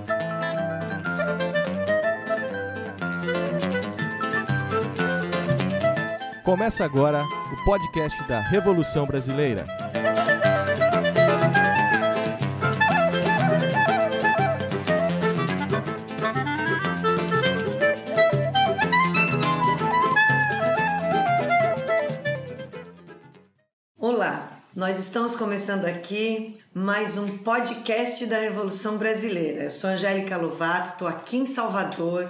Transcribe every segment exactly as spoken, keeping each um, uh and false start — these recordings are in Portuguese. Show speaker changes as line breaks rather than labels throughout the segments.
Começa agora o podcast da Revolução Brasileira.
Olá, nós estamos começando aqui mais um podcast da Revolução Brasileira. Eu sou Angélica Lovato, estou aqui em Salvador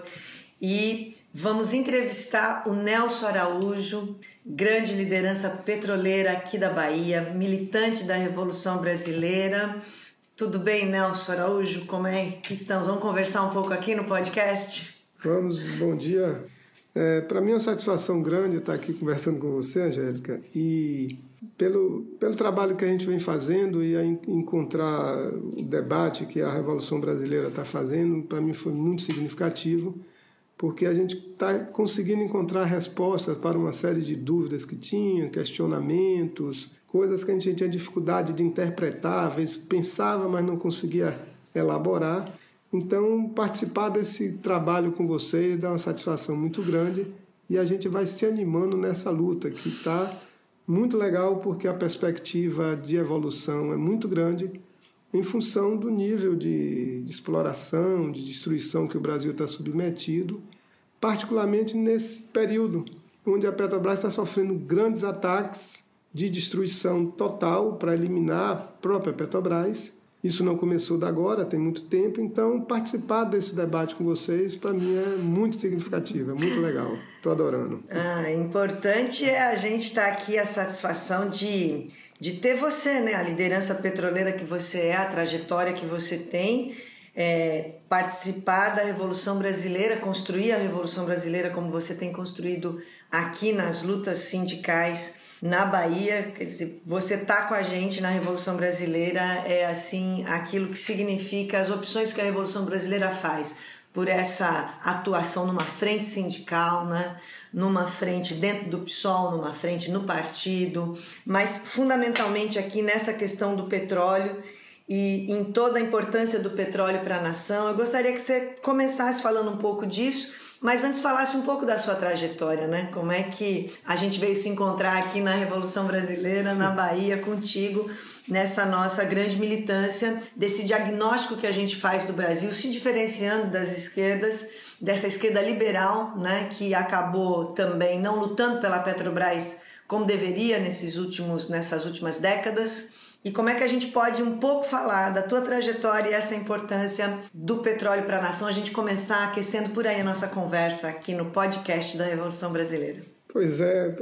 e vamos entrevistar o Nelson Araújo, grande liderança petroleira aqui da Bahia, militante da Revolução Brasileira. Tudo bem, Nelson Araújo? Como é que estamos? Vamos conversar um pouco aqui no podcast?
Vamos, bom dia. É, para mim é uma satisfação grande estar aqui conversando com você, Angélica, e pelo, pelo trabalho que a gente vem fazendo e a encontrar o debate que a Revolução Brasileira está fazendo, para mim foi muito significativo, porque a gente está conseguindo encontrar respostas para uma série de dúvidas que tinha, questionamentos, coisas que a gente tinha dificuldade de interpretar, às vezes pensava, mas não conseguia elaborar. Então, participar desse trabalho com vocês dá uma satisfação muito grande e a gente vai se animando nessa luta, que está muito legal porque a perspectiva de evolução é muito grande em função do nível de, de exploração, de destruição que o Brasil está submetido, particularmente nesse período onde a Petrobras está sofrendo grandes ataques de destruição total para eliminar a própria Petrobras. Isso não começou de agora, tem muito tempo, então participar desse debate com vocês, para mim, é muito significativo, é muito legal, estou adorando.
Ah, importante é a gente estar aqui, a satisfação de, de ter você, né? A liderança petroleira que você é, a trajetória que você tem, é, participar da Revolução Brasileira, construir a Revolução Brasileira como você tem construído aqui nas lutas sindicais na Bahia. Quer dizer, você tá com a gente na Revolução Brasileira, é assim, aquilo que significa as opções que a Revolução Brasileira faz por essa atuação numa frente sindical, né? Numa frente dentro do P SOL, numa frente no partido, mas fundamentalmente aqui nessa questão do petróleo e em toda a importância do petróleo para a nação. Eu gostaria que você começasse falando um pouco disso, mas antes falasse um pouco da sua trajetória, né? Como é que a gente veio se encontrar aqui na Revolução Brasileira, na Bahia, contigo, nessa nossa grande militância, desse diagnóstico que a gente faz do Brasil, se diferenciando das esquerdas, dessa esquerda liberal, né? Que acabou também não lutando pela Petrobras como deveria nesses últimos, nessas últimas décadas. E como é que a gente pode um pouco falar da tua trajetória e essa importância do petróleo para a nação, a gente começar aquecendo por aí a nossa conversa aqui no podcast da Revolução Brasileira.
Pois é,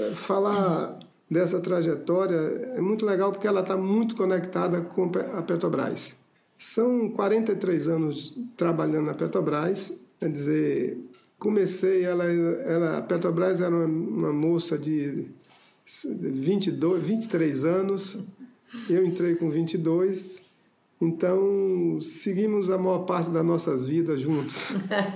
falar dessa trajetória é muito legal porque ela está muito conectada com a Petrobras. São quarenta e três anos trabalhando na Petrobras, quer dizer, comecei, ela, ela, a Petrobras era uma, uma moça de vinte e dois, vinte e três anos, eu entrei com vinte e dois, então seguimos a maior parte das nossas vidas juntos.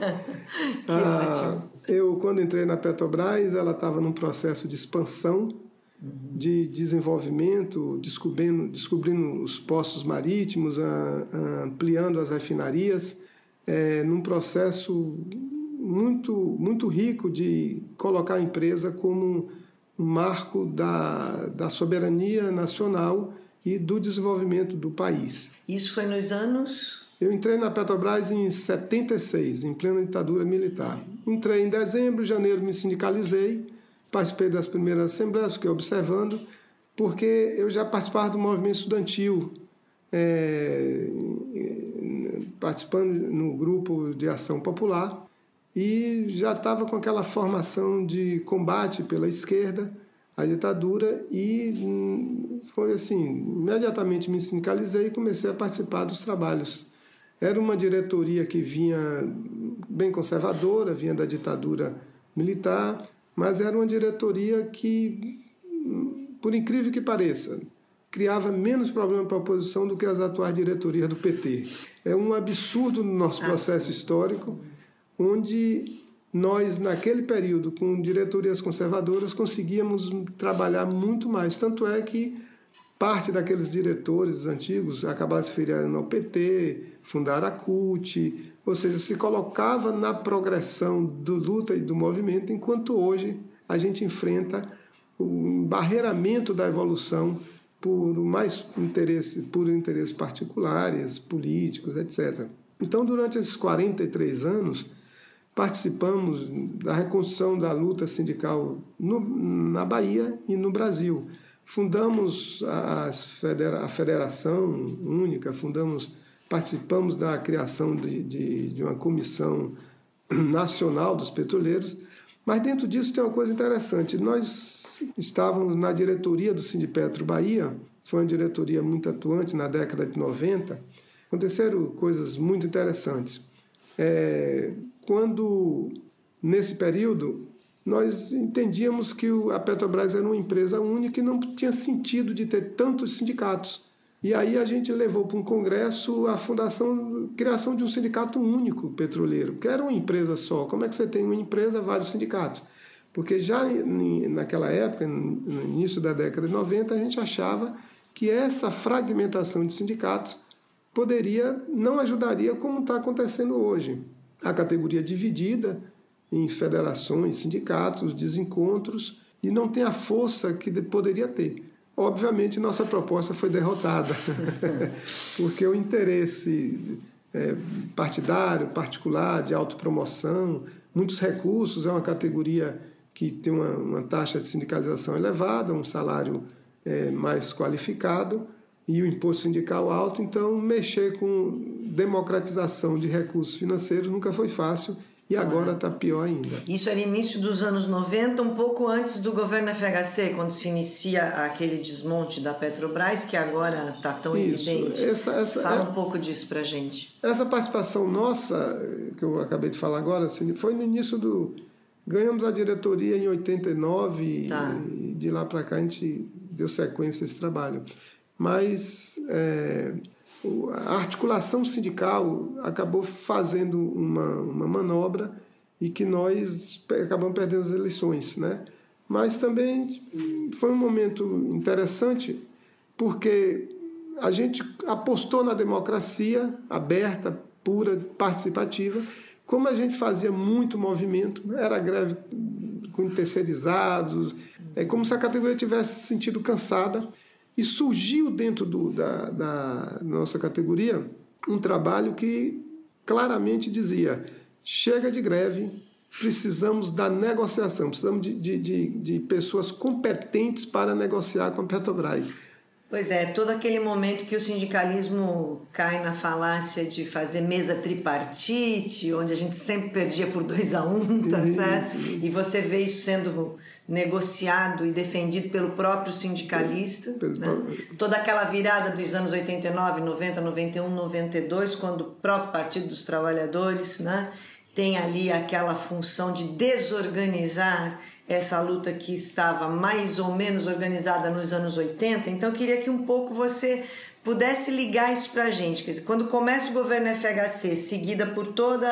Que
ah,
ótimo.
Eu, quando entrei na Petrobras, ela estava num processo de expansão, uhum. de desenvolvimento, descobrindo, descobrindo os poços marítimos, a, a, ampliando as refinarias, é, num processo muito, muito rico de colocar a empresa como um marco da, da soberania nacional e do desenvolvimento do país.
Isso foi nos anos...
Eu entrei na Petrobras em setenta e seis, em plena ditadura militar. Entrei em dezembro, janeiro me sindicalizei, participei das primeiras assembleias, fiquei observando, porque eu já participava do movimento estudantil, é, participando no grupo de ação popular, e já estava com aquela formação de combate pela esquerda, a ditadura, e foi assim, imediatamente me sindicalizei e comecei a participar dos trabalhos. Era uma diretoria que vinha bem conservadora, vinha da ditadura militar, mas era uma diretoria que, por incrível que pareça, criava menos problema para a oposição do que as atuais diretorias do P T. É um absurdo no nosso processo histórico, onde nós, naquele período, com diretorias conservadoras, conseguíamos trabalhar muito mais. Tanto é que parte daqueles diretores antigos acabaram se filiando ao P T, fundaram a C U T, ou seja, se colocava na progressão do luta e do movimento, enquanto hoje a gente enfrenta o embarreiramento da evolução por mais interesse, por interesses particulares, políticos, etcétera. Então, durante esses quarenta e três anos, participamos da reconstrução da luta sindical no, na Bahia e no Brasil. Fundamos as federa, a Federação Única, fundamos, participamos da criação de, de, de uma comissão nacional dos petroleiros, mas dentro disso tem uma coisa interessante. Nós estávamos na diretoria do Sindipetro Bahia, foi uma diretoria muito atuante na década de noventa, aconteceram coisas muito interessantes. É, quando, nesse período, nós entendíamos que a Petrobras era uma empresa única e não tinha sentido de ter tantos sindicatos. E aí a gente levou para um congresso a fundação, a criação de um sindicato único petroleiro, que era uma empresa só. Como é que você tem uma empresa, vários sindicatos? Porque já naquela época, no início da década de noventa, a gente achava que essa fragmentação de sindicatos poderia, não ajudaria como está acontecendo hoje. A categoria dividida em federações, sindicatos, desencontros, e não tem a força que poderia ter. Obviamente, nossa proposta foi derrotada, porque o interesse é, partidário, particular, de autopromoção, muitos recursos, é uma categoria que tem uma, uma taxa de sindicalização elevada, um salário é, mais qualificado e o imposto sindical alto, então mexer com democratização de recursos financeiros nunca foi fácil. E agora está pior ainda.
Isso era início dos anos noventa, um pouco antes do governo F H C, quando se inicia aquele desmonte da Petrobras, que agora está tão Isso, evidente. Essa, essa, Fala é, um pouco disso para a gente.
Essa participação nossa, que eu acabei de falar agora, foi no início do... Ganhamos a diretoria em oitenta e nove tá. e de lá para cá a gente deu sequência a esse trabalho. Mas... É, a articulação sindical acabou fazendo uma, uma manobra e que nós acabamos perdendo as eleições, né? Mas também foi um momento interessante porque a gente apostou na democracia aberta, pura, participativa, como a gente fazia muito movimento, era greve com terceirizados, é como se a categoria tivesse se sentido cansada. E surgiu dentro do, da, da nossa categoria um trabalho que claramente dizia: chega de greve, precisamos da negociação, precisamos de, de, de, de pessoas competentes para negociar com a Petrobras.
Pois é, todo aquele momento que o sindicalismo cai na falácia de fazer mesa tripartite, onde a gente sempre perdia por dois a um, tá certo? E você vê isso sendo negociado e defendido pelo próprio sindicalista. Né? Toda aquela virada dos anos oitenta e nove, noventa, noventa e um, noventa e dois, quando o próprio Partido dos Trabalhadores, né, tem ali aquela função de desorganizar essa luta que estava mais ou menos organizada nos anos oitenta. Então eu queria que um pouco você pudesse ligar isso para a gente. Quer dizer, quando começa o governo F H C, seguida por toda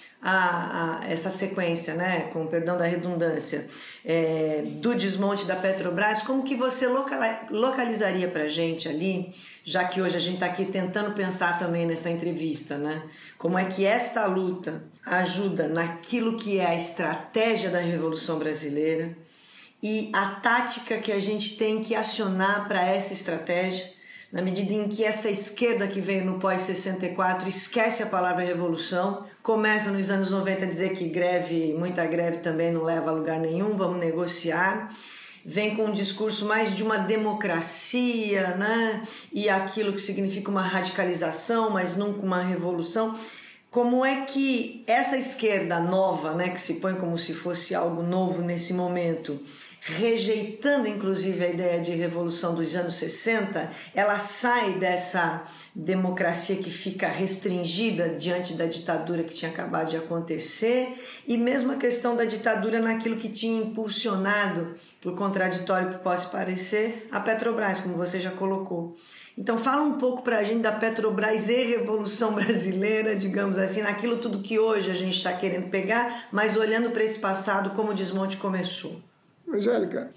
a, a, essa sequência, né, com perdão da redundância, é, do desmonte da Petrobras, como que você localizaria para a gente ali, já que hoje a gente está aqui tentando pensar também nessa entrevista, né, como é que esta luta ajuda naquilo que é a estratégia da Revolução Brasileira e a tática que a gente tem que acionar para essa estratégia, na medida em que essa esquerda que veio no pós sessenta e quatro esquece a palavra revolução, começa nos anos noventa a dizer que greve, muita greve também não leva a lugar nenhum, vamos negociar, vem com um discurso mais de uma democracia, né? E aquilo que significa uma radicalização, mas nunca uma revolução. Como é que essa esquerda nova, né, que se põe como se fosse algo novo nesse momento, rejeitando inclusive a ideia de revolução dos anos sessenta, ela sai dessa democracia que fica restringida diante da ditadura que tinha acabado de acontecer, e mesmo a questão da ditadura naquilo que tinha impulsionado, por contraditório que possa parecer, a Petrobras, como você já colocou. Então fala um pouco para a gente da Petrobras e Revolução Brasileira, digamos assim, naquilo tudo que hoje a gente está querendo pegar, mas olhando para esse passado, como o desmonte começou.
Angélica,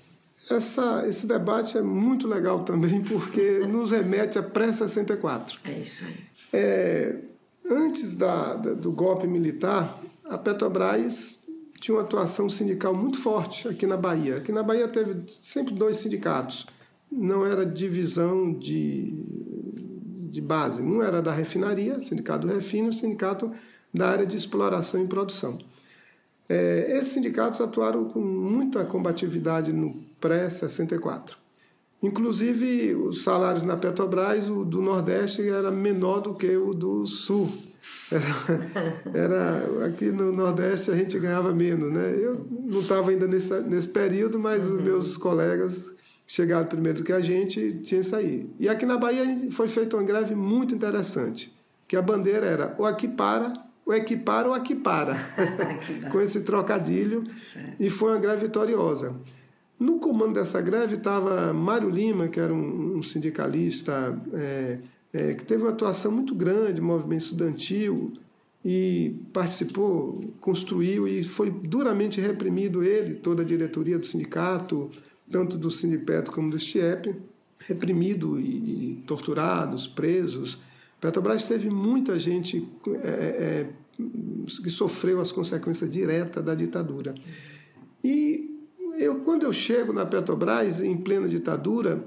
essa, esse debate é muito legal também, porque nos remete a pré-sessenta e quatro.
É isso aí.
É, antes da, da, do golpe militar, a Petrobras tinha uma atuação sindical muito forte aqui na Bahia. Aqui na Bahia teve sempre dois sindicatos. Não era divisão de, de base. Um era da refinaria, sindicato do refino, e o sindicato da área de exploração e produção. É, esses sindicatos atuaram com muita combatividade no pré-sessenta e quatro. Inclusive, os salários na Petrobras, o do Nordeste era menor do que o do Sul. Era, era, aqui no Nordeste a gente ganhava menos, né? Eu não estava ainda nesse, nesse período, mas uhum. os meus colegas chegaram primeiro do que a gente, tinha isso aí. E aqui na Bahia foi feita uma greve muito interessante, que a bandeira era ou aqui para, ou equipara ou aqui para, com esse trocadilho, certo. E foi uma greve vitoriosa. No comando dessa greve estava Mário Lima, que era um, um sindicalista é, é, que teve uma atuação muito grande no movimento estudantil e participou, construiu e foi duramente reprimido ele, toda a diretoria do sindicato, tanto do Sindipetro como do STIEP, reprimido e, e torturados, presos. Petrobras teve muita gente é, é, que sofreu as consequências diretas da ditadura. E eu, quando eu chego na Petrobras, em plena ditadura,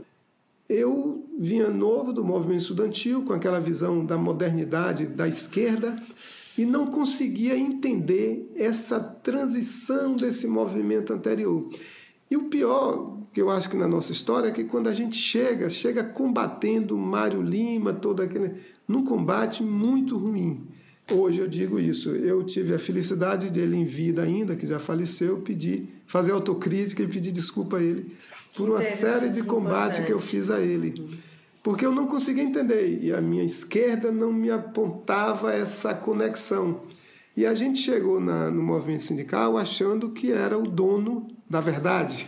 eu vinha novo do movimento estudantil, com aquela visão da modernidade da esquerda, e não conseguia entender essa transição desse movimento anterior. E o pior, que eu acho que na nossa história, é que quando a gente chega, chega combatendo Mário Lima, todo aquele, num combate muito ruim. Hoje eu digo isso, eu tive a felicidade dele em vida ainda, que já faleceu, pedir, fazer autocrítica e pedir desculpa a ele por uma série de combates que eu fiz a ele. Porque eu não conseguia entender, e a minha esquerda não me apontava essa conexão. E a gente chegou na, no movimento sindical achando que era o dono da verdade,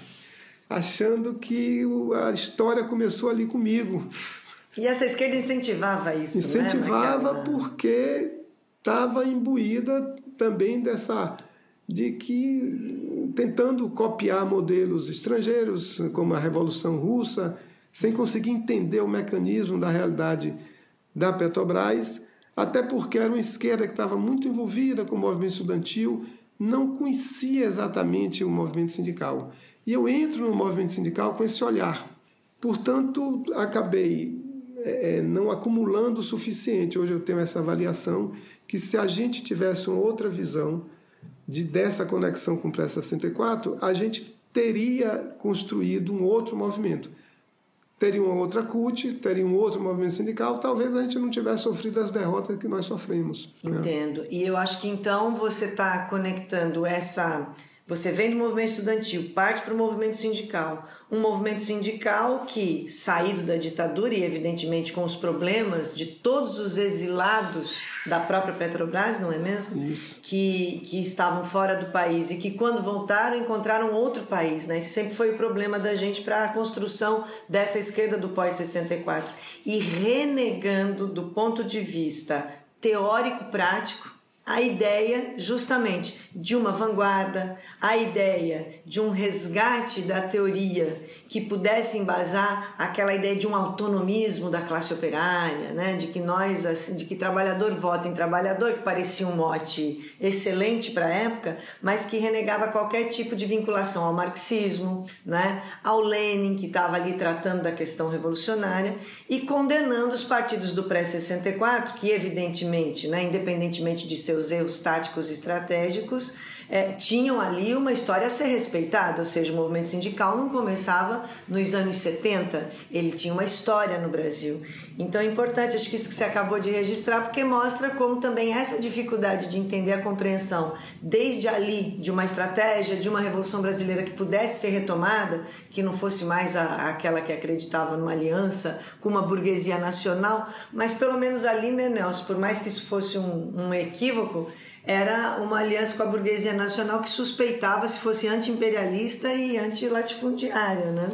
achando que a história começou ali comigo.
E essa esquerda incentivava isso,
Incentivava,
né?
porque estava imbuída também dessa, de que, tentando copiar modelos estrangeiros, como a Revolução Russa, sem conseguir entender o mecanismo da realidade da Petrobras, até porque era uma esquerda que estava muito envolvida com o movimento estudantil, não conhecia exatamente o movimento sindical. E eu entro no movimento sindical com esse olhar. Portanto, acabei é, não acumulando o suficiente. Hoje eu tenho essa avaliação que se a gente tivesse uma outra visão de, dessa conexão com o pré-sessenta e quatro, a gente teria construído um outro movimento. Teria uma outra C U T, teria um outro movimento sindical, talvez a gente não tivesse sofrido as derrotas que nós sofremos.
Entendo. Né? E eu acho que então você está conectando essa... Você vem do movimento estudantil, parte para o movimento sindical. Um movimento sindical que, saído da ditadura e, evidentemente, com os problemas de todos os exilados da própria Petrobras, não é mesmo?
Isso.
Que, que estavam fora do país e que, quando voltaram, encontraram outro país. Né? Esse sempre foi o problema da gente para a construção dessa esquerda do pós-sessenta e quatro. E renegando, do ponto de vista teórico-prático, a ideia justamente de uma vanguarda, a ideia de um resgate da teoria que pudesse embasar aquela ideia de um autonomismo da classe operária, né? De que nós, assim, de que trabalhador vota em trabalhador, que parecia um mote excelente para a época, mas que renegava qualquer tipo de vinculação ao marxismo, né? Ao Lenin, que estava ali tratando da questão revolucionária, e condenando os partidos do pré-sessenta e quatro, que evidentemente, né, independentemente de seus erros táticos e estratégicos, é, tinham ali uma história a ser respeitada, ou seja, o movimento sindical não começava nos anos setenta, ele tinha uma história no Brasil. Então é importante, acho que isso que você acabou de registrar, porque mostra como também essa dificuldade de entender a compreensão, desde ali, de uma estratégia, de uma Revolução Brasileira que pudesse ser retomada, que não fosse mais a, aquela que acreditava numa aliança com uma burguesia nacional, mas pelo menos ali, né, Nelson, por mais que isso fosse um, um equívoco, era uma aliança com a burguesia nacional que suspeitava se fosse anti-imperialista e anti-latifundiária, né?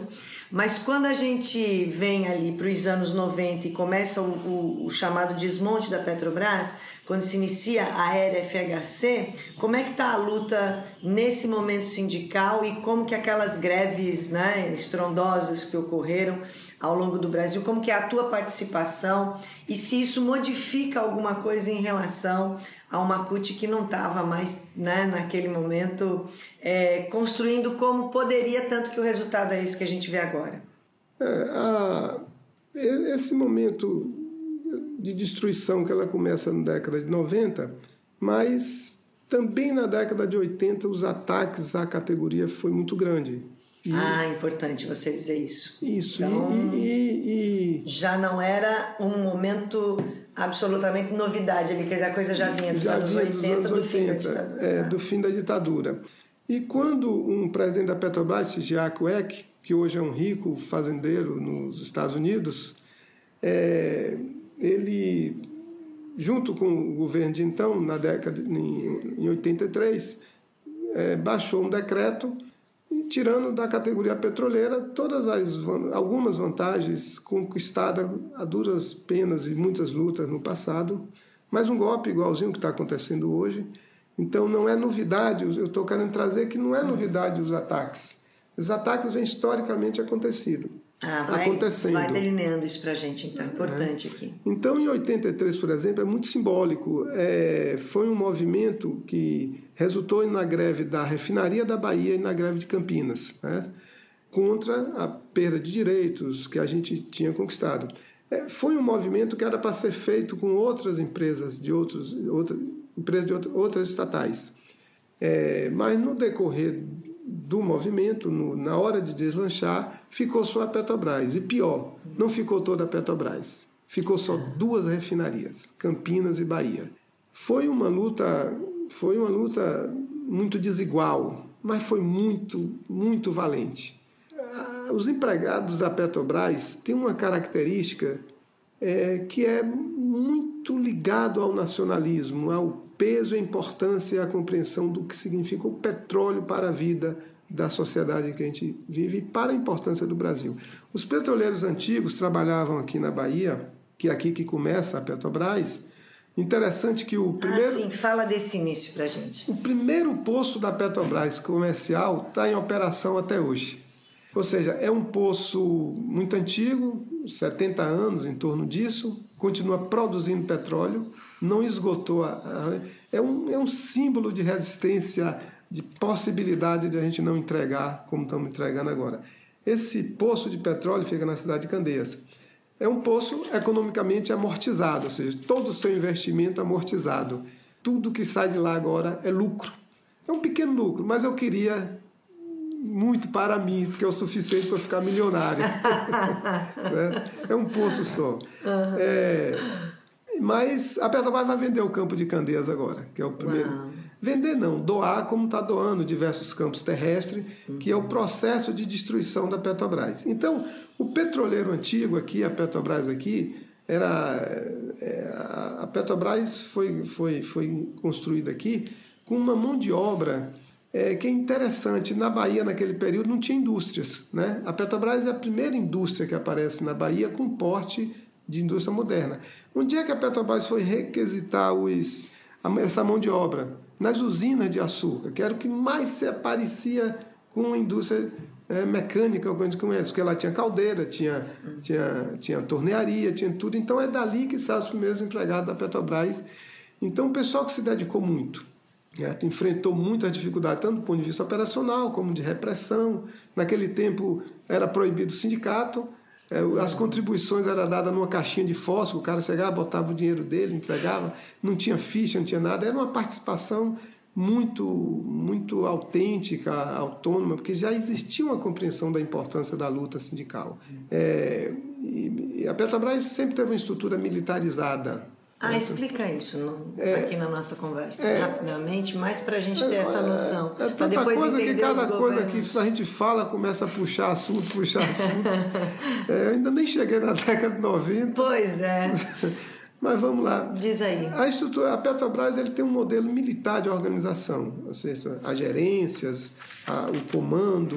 Mas quando a gente vem ali para os anos noventa e começa o, o, o chamado desmonte da Petrobras, quando se inicia a era F H C, como é que está a luta nesse momento sindical e como que aquelas greves, né, estrondosas que ocorreram ao longo do Brasil, como que é a tua participação e se isso modifica alguma coisa em relação a uma C U T que não estava mais, né, naquele momento é, construindo como poderia, tanto que o resultado é esse que a gente vê agora.
É, a, esse momento de destruição que ela começa na década de noventa, mas também na década de oitenta os ataques à categoria foi muito grande.
E, ah, importante você dizer isso.
Isso.
Então,
e, e, e,
já não era um momento absolutamente novidade ali, quer dizer, a coisa já vinha dos
já
anos
vinha
oitenta,
dos anos
do
oitenta,
fim da ditadura.
É, do fim da ditadura. E quando um presidente da Petrobras, Jacques Weck, que hoje é um rico fazendeiro nos Estados Unidos, é, ele, junto com o governo de então, na década em, em oitenta e três, é, baixou um decreto tirando da categoria petroleira todas as algumas vantagens conquistadas a duras penas e muitas lutas no passado, mas um golpe igualzinho que está acontecendo hoje. Então não é novidade, eu estou querendo trazer que não é novidade os ataques. Os ataques vêm historicamente acontecido.
Ah, vai,
acontecendo.
Vai delineando isso para a gente, então, é importante aqui.
Então, em oitenta e três, por exemplo, é muito simbólico. É, foi um movimento que resultou na greve da refinaria da Bahia e na greve de Campinas, né, contra a perda de direitos que a gente tinha conquistado. É, foi um movimento que era para ser feito com outras empresas, de outros, outra, empresas de outra, outras estatais. É, mas no decorrer do movimento, no, na hora de deslanchar, ficou só a Petrobras. E pior, não ficou toda a Petrobras. Ficou só duas refinarias, Campinas e Bahia. Foi uma luta, foi uma luta muito desigual, mas foi muito, muito valente. Os empregados da Petrobras têm uma característica é, que é muito ligado ao nacionalismo, ao peso, a importância e a compreensão do que significa o petróleo para a vida da sociedade que a gente vive e para a importância do Brasil. Os petroleiros antigos trabalhavam aqui na Bahia, que é aqui que começa a Petrobras. Interessante que o primeiro...
Ah, sim, fala desse início para a gente.
O primeiro poço da Petrobras comercial está em operação até hoje. Ou seja, é um poço muito antigo, setenta anos, em torno disso, continua produzindo petróleo, não esgotou. A, a, é, um, é um símbolo de resistência, de possibilidade de a gente não entregar como estamos entregando agora. Esse poço de petróleo fica na cidade de Candeias. É um poço economicamente amortizado, ou seja, todo o seu investimento amortizado. Tudo que sai de lá agora é lucro. É um pequeno lucro, mas eu queria muito para mim, porque é o suficiente para ficar milionário. É um poço só. Uhum. É, mas a Petrobras vai vender o campo de Candeias agora, que é o primeiro. Uau. Vender não, doar como está doando diversos campos terrestres, uhum. que é o processo de destruição da Petrobras. Então, o petroleiro antigo aqui, a Petrobras aqui, era, é, a Petrobras foi, foi, foi construída aqui com uma mão de obra é, que é interessante. Na Bahia, naquele período, não tinha indústrias, né? A Petrobras é a primeira indústria que aparece na Bahia com porte de indústria moderna. Um dia que a Petrobras foi requisitar os, essa mão de obra nas usinas de açúcar, que era o que mais se parecia com a indústria é, mecânica que a gente conhece, porque ela tinha caldeira, tinha, tinha, tinha tornearia, tinha tudo. Então é dali que saem os primeiros empregados da Petrobras. Então o pessoal que se dedicou muito, né, enfrentou muitas dificuldades, tanto do ponto de vista operacional como de repressão. Naquele tempo era proibido o sindicato, é, as contribuições eram dadas numa caixinha de fósforo, o cara chegava, botava o dinheiro dele, entregava, não tinha ficha, não tinha nada. Era uma participação muito, muito autêntica, autônoma, porque já existia uma compreensão da importância da luta sindical. É, e, e a Petrobras sempre teve uma estrutura militarizada.
Ah, explica isso no, é, aqui na nossa conversa, é, rapidamente, mais para a gente ter é, essa noção.
É, é tanta depois coisa que cada coisa que a gente fala começa a puxar assunto, puxar assunto. é, eu ainda nem cheguei na década de noventa.
Pois é.
Mas vamos lá.
Diz aí.
A estrutura, a Petrobras, ele tem um modelo militar de organização, ou seja, as gerências, a, o comando,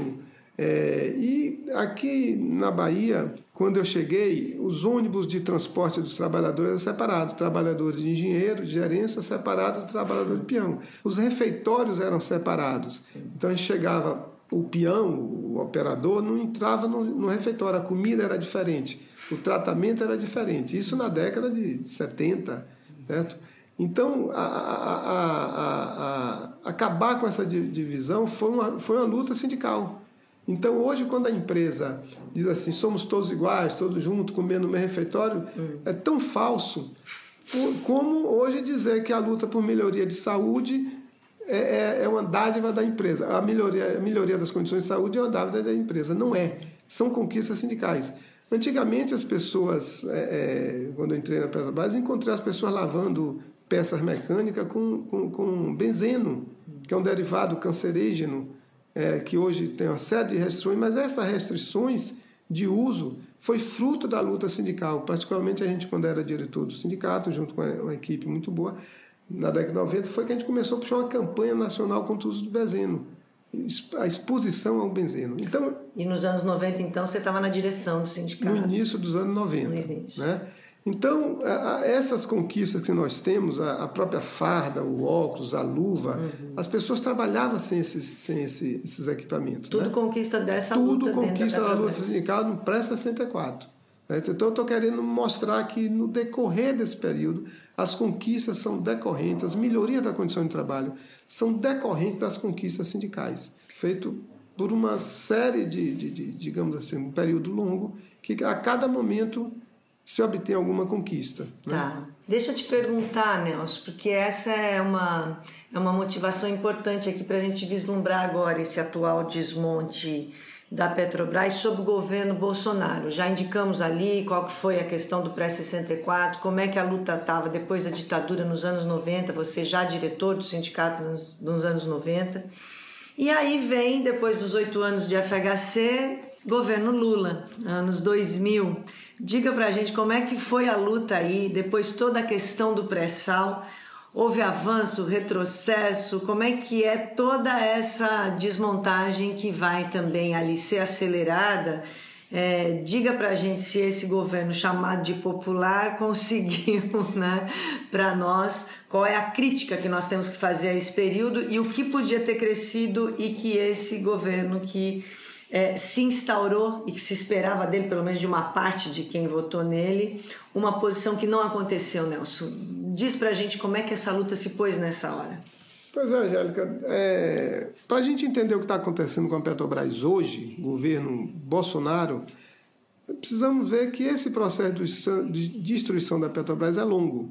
É, e aqui na Bahia, quando eu cheguei, os ônibus de transporte dos trabalhadores eram separados. Trabalhadores de engenheiro, de gerência, separado do trabalhador de peão. Os refeitórios eram separados. Então a gente chegava, o peão, o operador, não entrava no, no refeitório, a comida era diferente, o tratamento era diferente. Isso na década de setenta, certo? Então, a, a, a, a, a, acabar com essa divisão foi uma, foi uma luta sindical. Então, hoje, quando a empresa diz assim, somos todos iguais, todos juntos, comendo no mesmo refeitório, hum. é tão falso como hoje dizer que a luta por melhoria de saúde é, é uma dádiva da empresa. A melhoria, a melhoria das condições de saúde é uma dádiva da empresa. Não é. São conquistas sindicais. Antigamente, as pessoas, é, é, quando eu entrei na Petrobras, encontrei as pessoas lavando peças mecânicas com, com, com benzeno, que é um derivado cancerígeno, É, que hoje tem uma série de restrições, mas essas restrições de uso foi fruto da luta sindical, particularmente a gente, quando era diretor do sindicato, junto com uma equipe muito boa, na década de noventa, foi que a gente começou a puxar uma campanha nacional contra o uso do benzeno, a exposição ao benzeno. Então,
e nos anos noventa, então, você estava na direção do sindicato?
No início dos anos noventa. No início. Né? Então, essas conquistas que nós temos, a própria farda, o óculos, a luva, uhum. as pessoas trabalhavam sem esses, sem esses, esses equipamentos.
Tudo
né?
conquista dessa
Tudo
luta.
Tudo conquista da luta
sindical
sindical no pré-sessenta e quatro. Então, eu estou querendo mostrar que, no decorrer desse período, as conquistas são decorrentes, as melhorias da condição de trabalho são decorrentes das conquistas sindicais, feito por uma série de, de, de digamos assim, um período longo, que a cada momento se obtém alguma conquista. Né?
Tá. Deixa eu te perguntar, Nelson, porque essa é uma, é uma motivação importante aqui para a gente vislumbrar agora esse atual desmonte da Petrobras sob o governo Bolsonaro. Já indicamos ali qual que foi a questão do pré-sessenta e quatro, como é que a luta estava depois da ditadura nos anos noventa, você já diretor do sindicato nos, nos anos noventa. E aí vem, depois dos oito anos de F H C, governo Lula, anos dois mil. Diga pra gente como é que foi a luta aí, depois toda a questão do pré-sal, houve avanço, retrocesso, como é que é toda essa desmontagem que vai também ali ser acelerada? É, diga pra gente se esse governo chamado de popular conseguiu, né, para nós, qual é a crítica que nós temos que fazer a esse período e o que podia ter crescido e que esse governo que É, se instaurou e que se esperava dele, pelo menos de uma parte de quem votou nele, uma posição que não aconteceu, Nelson. Diz pra gente como é que essa luta se pôs nessa hora.
Pois é, Angélica, é, para a gente entender o que está acontecendo com a Petrobras hoje, governo Bolsonaro, precisamos ver que esse processo de destruição da Petrobras é longo.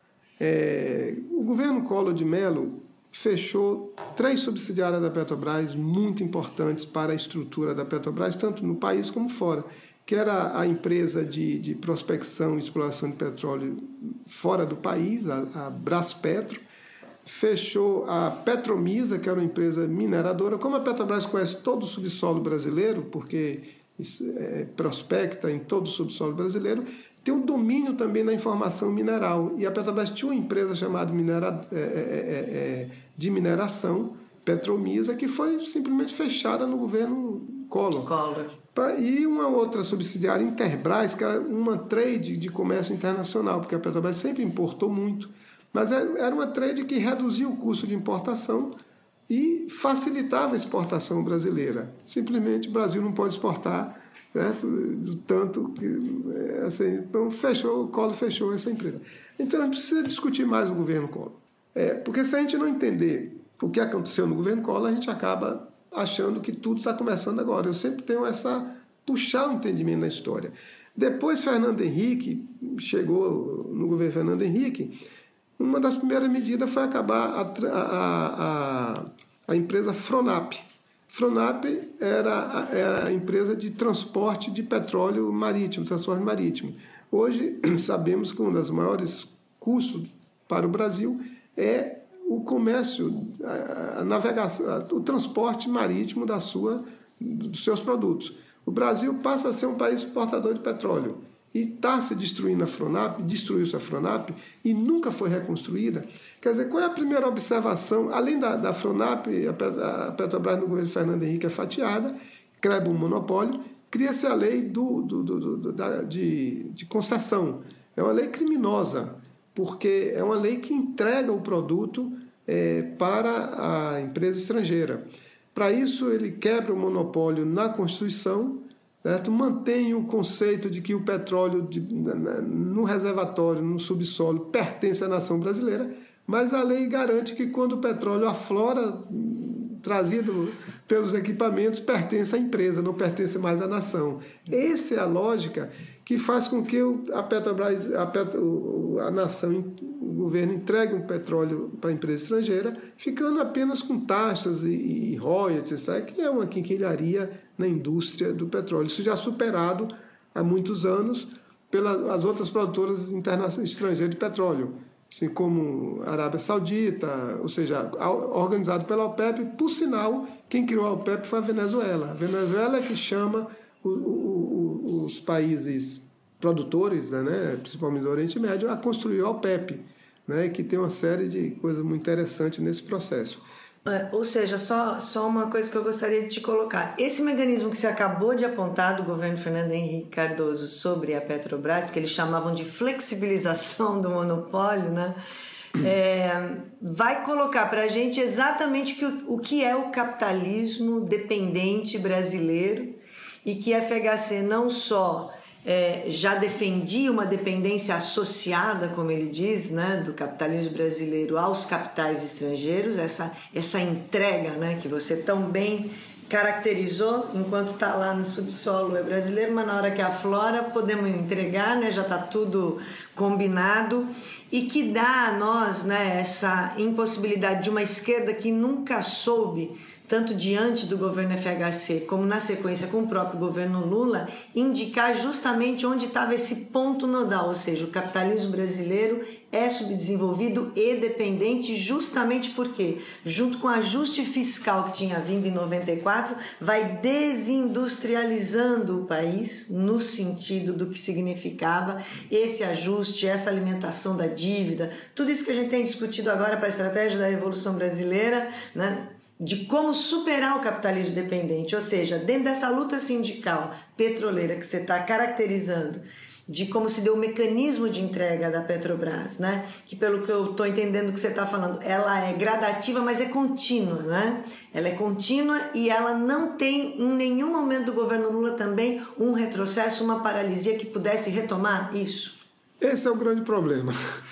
É, o governo Collor de Mello fechou três subsidiárias da Petrobras muito importantes para a estrutura da Petrobras, tanto no país como fora, que era a empresa de, de prospecção e exploração de petróleo fora do país, a, a Braspetro, fechou a Petromisa, que era uma empresa mineradora. Como a Petrobras conhece todo o subsolo brasileiro, porque é, prospecta em todo o subsolo brasileiro, tem um domínio também na informação mineral. E a Petrobras tinha uma empresa chamada minera, é, é, é, de mineração, Petromisa, que foi simplesmente fechada no governo Collor.
Collor.
E uma outra subsidiária, Interbras, que era uma trade de comércio internacional, porque a Petrobras sempre importou muito, mas era uma trade que reduzia o custo de importação e facilitava a exportação brasileira. Simplesmente o Brasil não pode exportar, certo? Do tanto que, assim, então fechou, o Collor fechou essa empresa. Então a gente precisa discutir mais o governo Collor. É, porque se a gente não entender o que aconteceu no governo Collor, a gente acaba achando que tudo está começando agora. Eu sempre tenho essa... puxar o entendimento na história. Depois, Fernando Henrique chegou no governo Fernando Henrique, uma das primeiras medidas foi acabar a, a, a, a empresa Fronap. Fronap era, era a empresa de transporte de petróleo marítimo, transporte marítimo. Hoje, sabemos que um dos maiores custos para o Brasil é o comércio, a navegação, o transporte marítimo da sua, dos seus produtos. O Brasil passa a ser um país exportador de petróleo e está se destruindo a Fronap, destruiu-se a Fronap e nunca foi reconstruída. Quer dizer, qual é a primeira observação? Além da, da Fronap, a Petrobras no governo Fernando Henrique é fatiada, quebra um monopólio, cria-se a lei do, do, do, do, da, de, de concessão. É uma lei criminosa, porque é uma lei que entrega o produto é, para a empresa estrangeira. Para isso, ele quebra o monopólio na Constituição, certo? Mantém o conceito de que o petróleo de, no reservatório, no subsolo, pertence à nação brasileira, mas a lei garante que quando o petróleo aflora, trazido pelos equipamentos, pertence à empresa, não pertence mais à nação. Essa é a lógica que faz com que a Petrobras, a, Petro, a nação, o governo entregue um petróleo para a empresa estrangeira, ficando apenas com taxas e, e royalties, tá? Que é uma quinquilharia na indústria do petróleo. Isso já superado há muitos anos pelas outras produtoras estrangeiras de petróleo, assim como a Arábia Saudita, ou seja, organizado pela OPEP. Por sinal, quem criou a OPEP foi a Venezuela. A Venezuela é que chama o, o, os países produtores, né, principalmente do Oriente Médio, a construir a OPEP, né, que tem uma série de coisas muito interessantes nesse processo.
É, ou seja, só, só uma coisa que eu gostaria de te colocar. Esse mecanismo que você acabou de apontar do governo Fernando Henrique Cardoso sobre a Petrobras, que eles chamavam de flexibilização do monopólio, né? É, vai colocar para a gente exatamente o que, o que é o capitalismo dependente brasileiro e que a F H C não só é, já defendia uma dependência associada, como ele diz, né, do capitalismo brasileiro aos capitais estrangeiros, essa, essa entrega, né, que você tão bem caracterizou, enquanto está lá no subsolo é brasileiro, mas na hora que aflora podemos entregar, né, já está tudo combinado, e que dá a nós, né, essa impossibilidade de uma esquerda que nunca soube, tanto diante do governo F H C como na sequência com o próprio governo Lula, indicar justamente onde estava esse ponto nodal, ou seja, o capitalismo brasileiro é subdesenvolvido e dependente justamente porque, junto com o ajuste fiscal que tinha vindo em noventa e quatro, vai desindustrializando o país no sentido do que significava esse ajuste, essa alimentação da dívida, tudo isso que a gente tem discutido agora para a estratégia da Revolução Brasileira, né? De como superar o capitalismo dependente, ou seja, dentro dessa luta sindical petroleira que você está caracterizando, de como se deu o mecanismo de entrega da Petrobras, né? Que pelo que eu estou entendendo que você está falando, ela é gradativa, mas é contínua, né? Ela é contínua e ela não tem em nenhum momento do governo Lula também um retrocesso, uma paralisia que pudesse retomar isso.
Esse é o grande problema.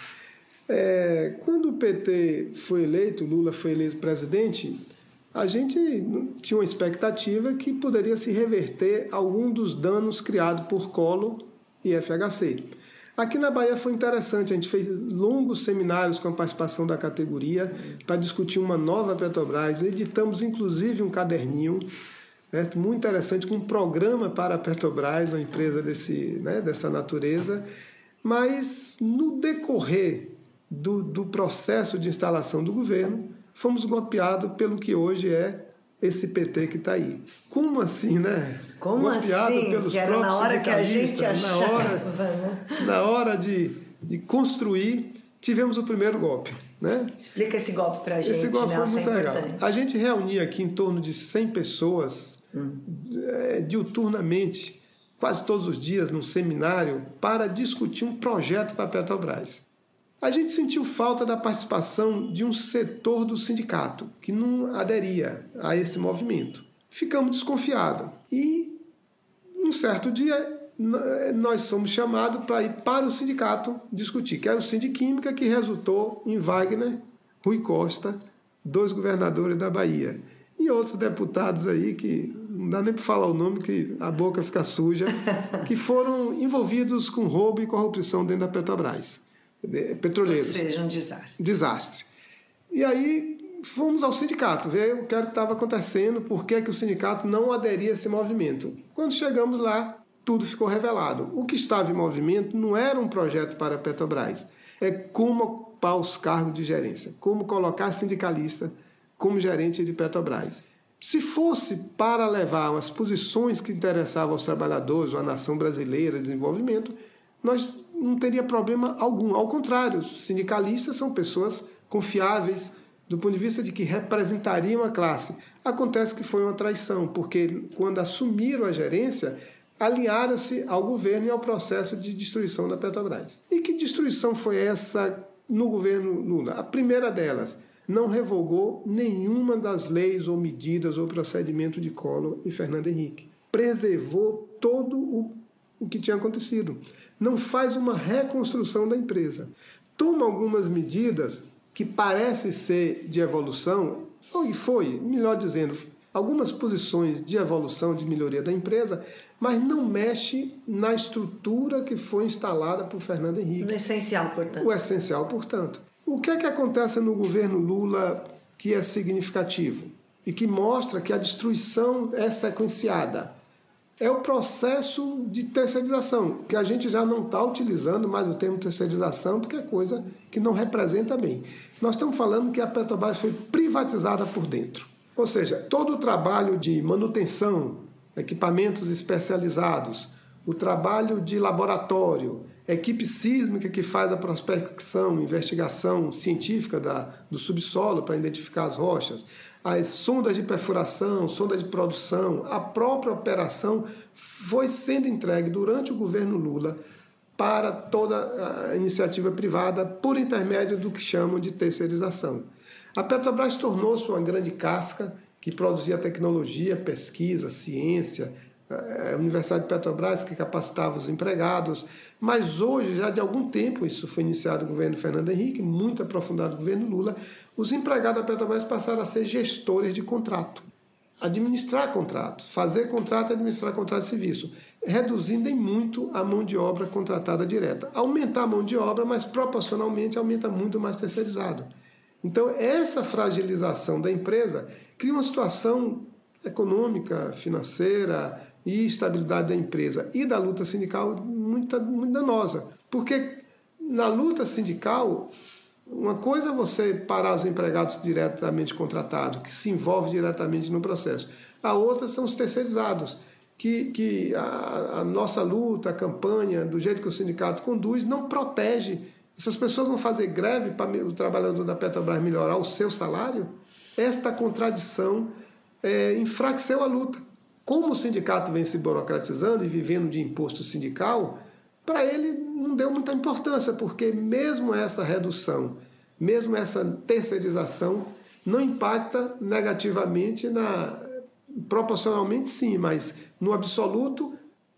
É, quando o P T foi eleito, Lula foi eleito presidente, a gente tinha uma expectativa que poderia se reverter algum dos danos criados por Collor e F H C. Aqui na Bahia foi interessante, a gente fez longos seminários com a participação da categoria para discutir uma nova Petrobras, editamos inclusive um caderninho, certo? Muito interessante, com um programa para a Petrobras, uma empresa desse, né, dessa natureza, mas no decorrer do, do processo de instalação do governo, fomos golpeados pelo que hoje é esse P T que está aí. Como assim, né?
Como
golpeado
assim?
Pelos
que era na hora que a gente achava.
Na hora,
né?
na hora de, de construir, tivemos o primeiro golpe. Né?
Explica esse golpe para a gente.
Esse golpe
Nelson,
foi muito
é
legal. A gente reunia aqui em torno de cem pessoas, hum. é, diuturnamente, quase todos os dias, num seminário, para discutir um projeto para a Petrobras. A gente sentiu falta da participação de um setor do sindicato, que não aderia a esse movimento. Ficamos desconfiados. E, um certo dia, nós fomos chamados para ir para o sindicato discutir, que era o Sindiquímica, que resultou em Wagner, Rui Costa, dois governadores da Bahia. E outros deputados aí, que não dá nem para falar o nome, que a boca fica suja, que foram envolvidos com roubo e corrupção dentro da Petrobras. Petroleiros.
Ou seja, um desastre.
Desastre. E aí fomos ao sindicato, ver o que era que estava acontecendo, por que, que o sindicato não aderia a esse movimento. Quando chegamos lá, tudo ficou revelado. O que estava em movimento não era um projeto para a Petrobras, é como ocupar os cargos de gerência, como colocar sindicalista como gerente de Petrobras. Se fosse para levar as posições que interessavam aos trabalhadores, ou à nação brasileira, desenvolvimento, nós não teria problema algum. Ao contrário, os sindicalistas são pessoas confiáveis, do ponto de vista de que representaria uma classe. Acontece que foi uma traição, porque quando assumiram a gerência, alinharam-se ao governo e ao processo de destruição da Petrobras. E que destruição foi essa no governo Lula? A primeira delas, não revogou nenhuma das leis ou medidas ou procedimento de Collor e Fernando Henrique. Preservou todo o, o que tinha acontecido. Não faz uma reconstrução da empresa. Toma algumas medidas que parecem ser de evolução, ou foi, melhor dizendo, algumas posições de evolução, de melhoria da empresa, mas não mexe na estrutura que foi instalada por Fernando Henrique.
O essencial, portanto.
O essencial, portanto. O que é que acontece no governo Lula que é significativo e que mostra que a destruição é sequenciada? É o processo de terceirização, que a gente já não está utilizando mais o termo terceirização, porque é coisa que não representa bem. Nós estamos falando que a Petrobras foi privatizada por dentro. Ou seja, todo o trabalho de manutenção, equipamentos especializados, o trabalho de laboratório, equipe sísmica que faz a prospecção, investigação científica da, do subsolo para identificar as rochas, as sondas de perfuração, sondas de produção, a própria operação foi sendo entregue durante o governo Lula para toda a iniciativa privada por intermédio do que chamam de terceirização. A Petrobras tornou-se uma grande casca que produzia tecnologia, pesquisa, ciência, a Universidade de Petrobras que capacitava os empregados, mas hoje, já de algum tempo, isso foi iniciado no governo Fernando Henrique, muito aprofundado no governo Lula, os empregados da Petrobras passaram a ser gestores de contrato, administrar contratos, fazer contrato e administrar contrato de serviço, reduzindo em muito a mão de obra contratada direta. Aumentar a mão de obra, mas proporcionalmente aumenta muito mais terceirizado. Então, essa fragilização da empresa cria uma situação econômica, financeira e estabilidade da empresa e da luta sindical muito, muito danosa. Porque na luta sindical, uma coisa é você parar os empregados diretamente contratados, que se envolve diretamente no processo. A outra são os terceirizados, que, que a, a nossa luta, a campanha, do jeito que o sindicato conduz, não protege. Essas pessoas vão fazer greve para o trabalhador da Petrobras melhorar o seu salário? Esta contradição é, enfraqueceu a luta. Como o sindicato vem se burocratizando e vivendo de imposto sindical, para ele não deu muita importância, porque mesmo essa redução, mesmo essa terceirização, não impacta negativamente, na, proporcionalmente sim, mas no absoluto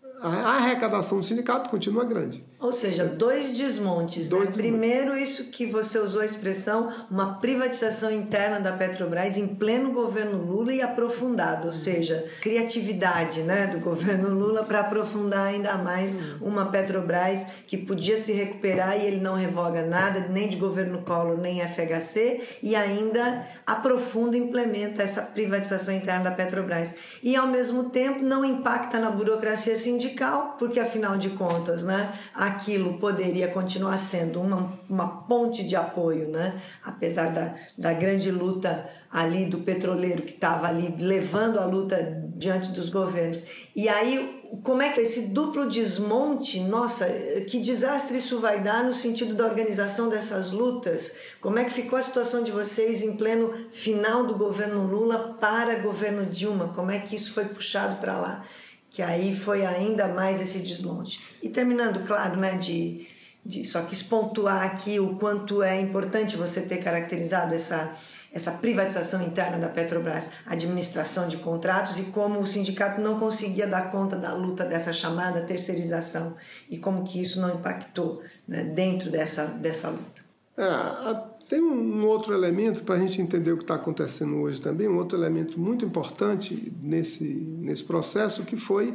a arrecadação do sindicato continua grande.
Ou seja, dois desmontes.
Dois
né? Primeiro, isso que você usou a expressão, uma privatização interna da Petrobras em pleno governo Lula e aprofundado, ou seja, criatividade né, do governo Lula para aprofundar ainda mais uma Petrobras que podia se recuperar e ele não revoga nada, nem de governo Collor, nem F H C, e ainda aprofunda e implementa essa privatização interna da Petrobras. E, ao mesmo tempo, não impacta na burocracia sindical, porque, afinal de contas, né, aquilo poderia continuar sendo uma, uma ponte de apoio, né? Apesar da, da grande luta ali do petroleiro que estava ali levando a luta diante dos governos. E aí, como é que esse duplo desmonte, nossa, que desastre isso vai dar no sentido da organização dessas lutas? Como é que ficou a situação de vocês em pleno final do governo Lula para governo Dilma? Como é que isso foi puxado para lá? Que aí foi ainda mais esse desmonte. E terminando, claro, né, de, de, só quis pontuar aqui o quanto é importante você ter caracterizado essa, essa privatização interna da Petrobras, administração de contratos, e como o sindicato não conseguia dar conta da luta dessa chamada terceirização e como que isso não impactou né, dentro dessa, dessa luta.
É, a... Tem um outro elemento para a gente entender o que está acontecendo hoje também, um outro elemento muito importante nesse, nesse processo, que foi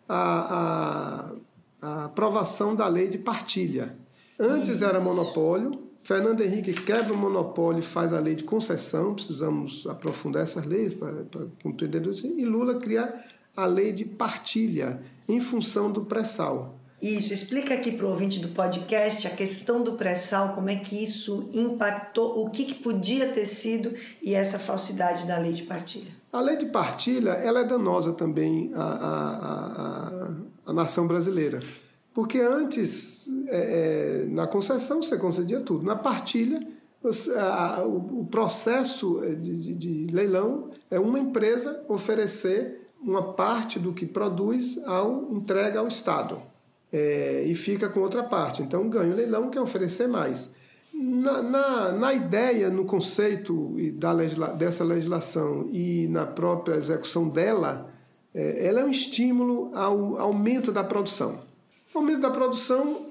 a, a, a aprovação da lei de partilha. Antes era monopólio, Fernando Henrique quebra o monopólio e faz a lei de concessão, precisamos aprofundar essas leis para, para compreender isso, e Lula cria a lei de partilha em função do pré-sal.
Isso, explica aqui para o ouvinte do podcast a questão do pré-sal, como é que isso impactou, o que, que podia ter sido e essa falsidade da lei de partilha.
A lei de partilha ela é danosa também à, à, à, à nação brasileira, porque antes, é, na concessão, você concedia tudo. Na partilha, O processo de, de, de leilão é uma empresa oferecer uma parte do que produz ao entrega ao Estado é, e fica com outra parte. Então ganha o leilão, quer oferecer mais. Na, na, na ideia, no conceito da legisla, dessa legislação e na própria execução dela, é, ela é um estímulo ao aumento da produção. O aumento da produção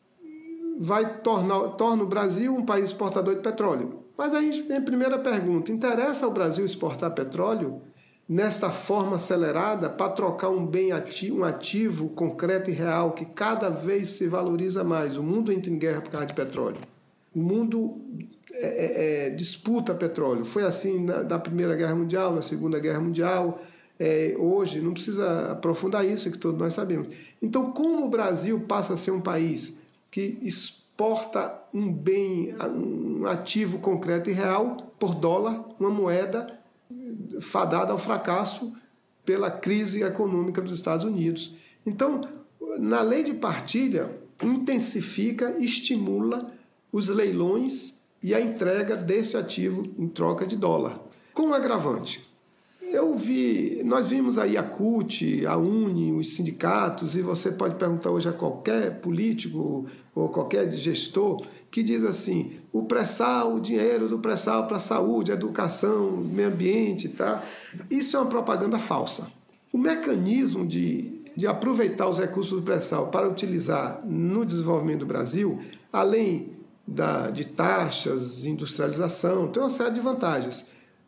vai tornar torna o Brasil um país exportador de petróleo. Mas aí vem a primeira pergunta: interessa ao Brasil exportar petróleo nesta forma acelerada para trocar um bem ativo, um ativo concreto e real que cada vez se valoriza mais? O mundo entra em guerra por causa de petróleo. O mundo é, é, é, disputa petróleo. Foi assim na, na Primeira Guerra Mundial, na Segunda Guerra Mundial. É, hoje, não precisa aprofundar isso, que todos nós sabemos. Então, como o Brasil passa a ser um país que exporta um bem, um ativo concreto e real por dólar, uma moeda fadada ao fracasso pela crise econômica dos Estados Unidos? Então, na lei de partilha, intensifica, estimula os leilões e a entrega desse ativo em troca de dólar. Com um agravante. Eu vi, nós vimos aí a C U T, a UNE, os sindicatos, e você pode perguntar hoje a qualquer político ou qualquer gestor que diz assim: o pré-sal, o dinheiro do pré-sal para a saúde, educação, meio ambiente, tá? Isso é uma propaganda falsa. O mecanismo de, de aproveitar os recursos do pré-sal para utilizar no desenvolvimento do Brasil, além da, de taxas, industrialização, tem uma série de vantagens.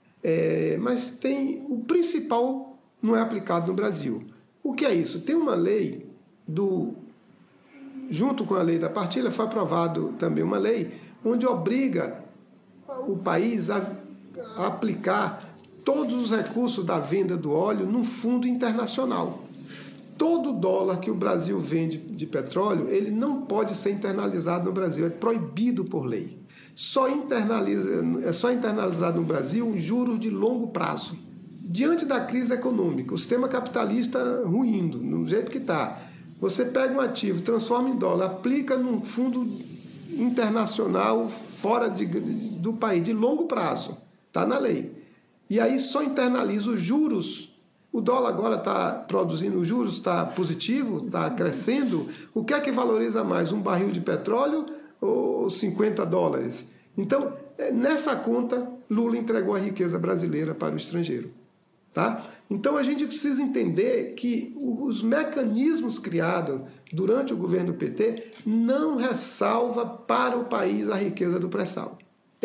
É, mas tem o principal não é aplicado no Brasil. O que é isso? Tem uma lei do junto com a lei da partilha foi aprovado também uma lei onde obriga o país a, a aplicar todos os recursos da venda do óleo num fundo internacional. Todo dólar que o Brasil vende de petróleo, ele não pode ser internalizado no Brasil, é proibido por lei. Só internaliza, é só internalizado no Brasil um juros de longo prazo. Diante da crise econômica, o sistema capitalista ruindo, no jeito que está, você pega um ativo, transforma em dólar, aplica num fundo internacional fora de, do país, de longo prazo, está na lei. E aí só internaliza os juros. O dólar agora está produzindo, os juros está positivo, está crescendo. O que é que valoriza mais, um barril de petróleo ou cinquenta dólares? Então, nessa conta, Lula entregou a riqueza brasileira para o estrangeiro. Tá? Então, a gente precisa entender que os mecanismos criados durante o governo P T não ressalva para o país a riqueza do pré-sal.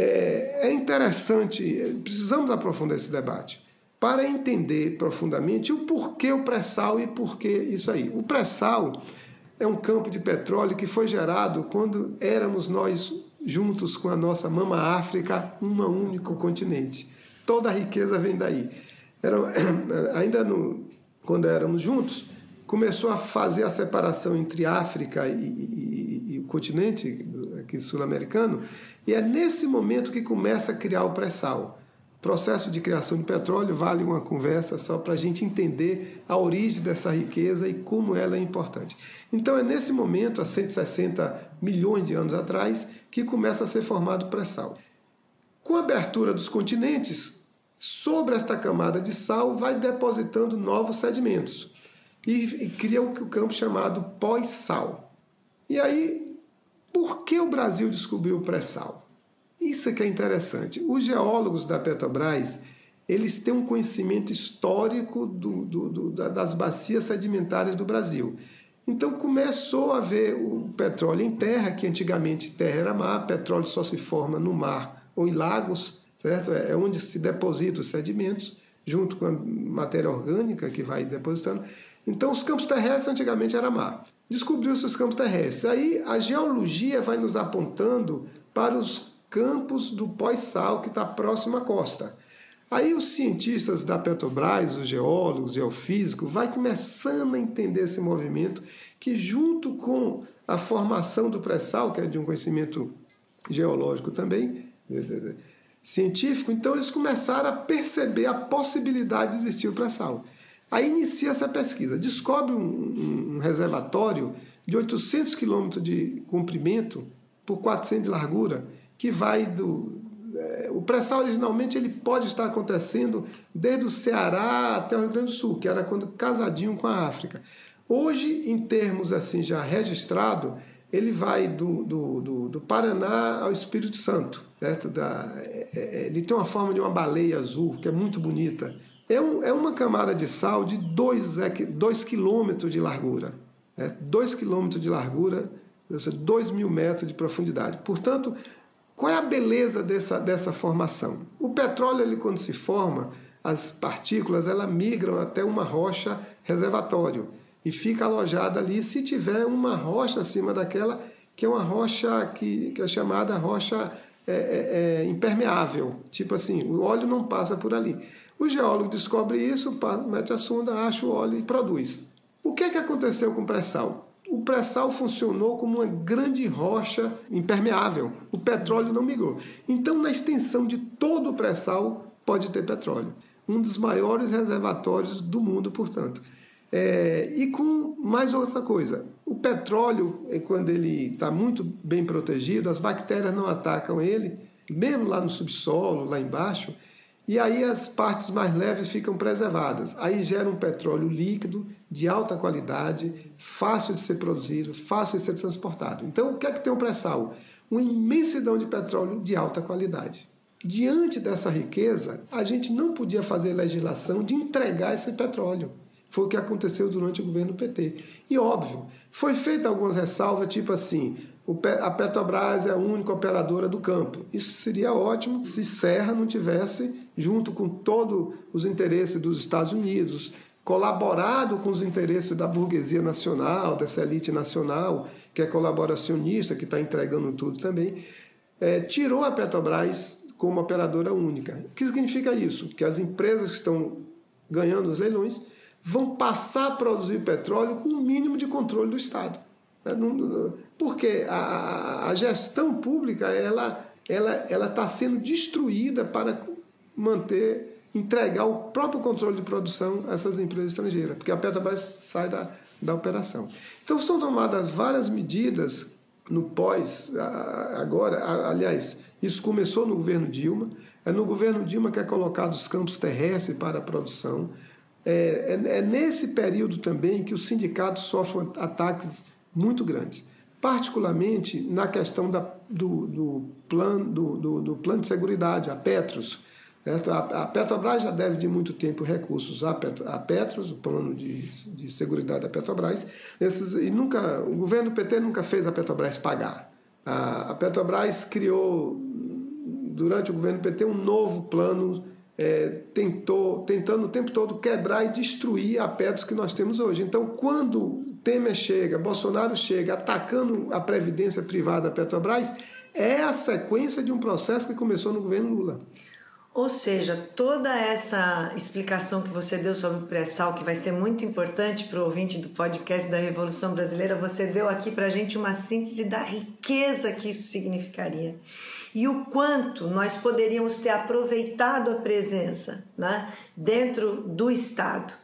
É, é interessante, precisamos aprofundar esse debate para entender profundamente o porquê o pré-sal e porquê isso aí. O pré-sal é um campo de petróleo que foi gerado quando éramos nós, juntos com a nossa mama África, um único continente. Toda a riqueza vem daí. Era, ainda no, quando éramos juntos, começou a fazer a separação entre África e, e, e o continente aqui sul-americano, e é nesse momento que começa a criar o pré-sal. O processo de criação de petróleo vale uma conversa só para a gente entender a origem dessa riqueza e como ela é importante. Então é nesse momento, há cento e sessenta milhões de anos atrás, que começa a ser formado o pré-sal. Com a abertura dos continentes, sobre esta camada de sal vai depositando novos sedimentos e, e cria o campo chamado pós-sal. E aí, por que o Brasil descobriu o pré-sal? Isso é que é interessante. Os geólogos da Petrobras, eles têm um conhecimento histórico do, do, do, das bacias sedimentares do Brasil. Então começou a ver o petróleo em terra, que antigamente terra era mar, petróleo só se forma no mar ou em lagos, certo? É onde se depositam os sedimentos, junto com a matéria orgânica que vai depositando. Então os campos terrestres antigamente era mar. Descobriu-se os campos terrestres. Aí a geologia vai nos apontando para os campos do pós-sal que está próximo à costa. Aí os cientistas da Petrobras, os geólogos, geofísicos, vai começando a entender esse movimento que, junto com a formação do pré-sal, que é de um conhecimento geológico também, científico, então eles começaram a perceber a possibilidade de existir o pré-sal. Aí inicia essa pesquisa, descobre um, um, um reservatório de oitocentos quilômetros de comprimento por quatrocentos de largura, que vai do... É, o pré-sal originalmente ele pode estar acontecendo desde o Ceará até o Rio Grande do Sul, que era quando casadinho com a África. Hoje, em termos assim já registrado, ele vai do, do, do, do Paraná ao Espírito Santo. Certo? Da, é, ele tem uma forma de uma baleia azul, que é muito bonita. É, um, é uma camada de sal de dois quilômetros de largura. dois quilômetros de largura, dois mil metros de profundidade. Portanto, qual é a beleza dessa, dessa formação? O petróleo, ele, quando se forma, as partículas elas migram até uma rocha reservatório e fica alojada ali se tiver uma rocha acima daquela, que é uma rocha que, que é chamada rocha é, é, é, impermeável. Tipo assim, o óleo não passa por ali. O geólogo descobre isso, mete a sonda, acha o óleo e produz. O que é que aconteceu com o pré-sal? O pré-sal funcionou como uma grande rocha impermeável. O petróleo não migrou. Então, na extensão de todo o pré-sal, pode ter petróleo. Um dos maiores reservatórios do mundo, portanto. É, e com mais outra coisa. O petróleo, quando ele está muito bem protegido, as bactérias não atacam ele, mesmo lá no subsolo, lá embaixo, e aí as partes mais leves ficam preservadas. Aí gera um petróleo líquido, de alta qualidade, fácil de ser produzido, fácil de ser transportado. Então, o que é que tem o pré-sal? Uma imensidão de petróleo de alta qualidade. Diante dessa riqueza, a gente não podia fazer legislação de entregar esse petróleo. Foi o que aconteceu durante o governo P T. E, óbvio, foi feita algumas ressalvas, tipo assim, a Petrobras é a única operadora do campo. Isso seria ótimo se Serra não tivesse, junto com todos os interesses dos Estados Unidos, colaborado com os interesses da burguesia nacional, dessa elite nacional, que é colaboracionista, que está entregando tudo também, é, tirou a Petrobras como operadora única. O que significa isso? Que as empresas que estão ganhando os leilões vão passar a produzir petróleo com o mínimo de controle do Estado. Porque a, a gestão pública ela ela ela está sendo destruída para manter, entregar o próprio controle de produção a essas empresas estrangeiras, porque a Petrobras sai da, da operação. Então são tomadas várias medidas no pós, agora, aliás, isso começou no governo Dilma, é no governo Dilma que é colocado os campos terrestres para a produção. É, é, é nesse período também que os sindicatos sofrem ataques muito grandes, particularmente na questão da, do, do, plano, do, do, do plano de seguridade, a Petros. Certo? A, a Petrobras já deve de muito tempo recursos à Petro, a Petros, o plano de, de seguridade da Petrobras, esses, e nunca, o governo P T nunca fez a Petrobras pagar. A, a Petrobras criou, durante o governo P T, um novo plano, é, tentou, tentando o tempo todo quebrar e destruir a Petros que nós temos hoje. Então, quando Temer chega, Bolsonaro chega atacando a previdência privada da Petrobras, é a sequência de um processo que começou no governo Lula.
Ou seja, toda essa explicação que você deu sobre o pré-sal, que vai ser muito importante para o ouvinte do podcast da Revolução Brasileira, você deu aqui para a gente uma síntese da riqueza que isso significaria. E o quanto nós poderíamos ter aproveitado a presença, né, dentro do Estado.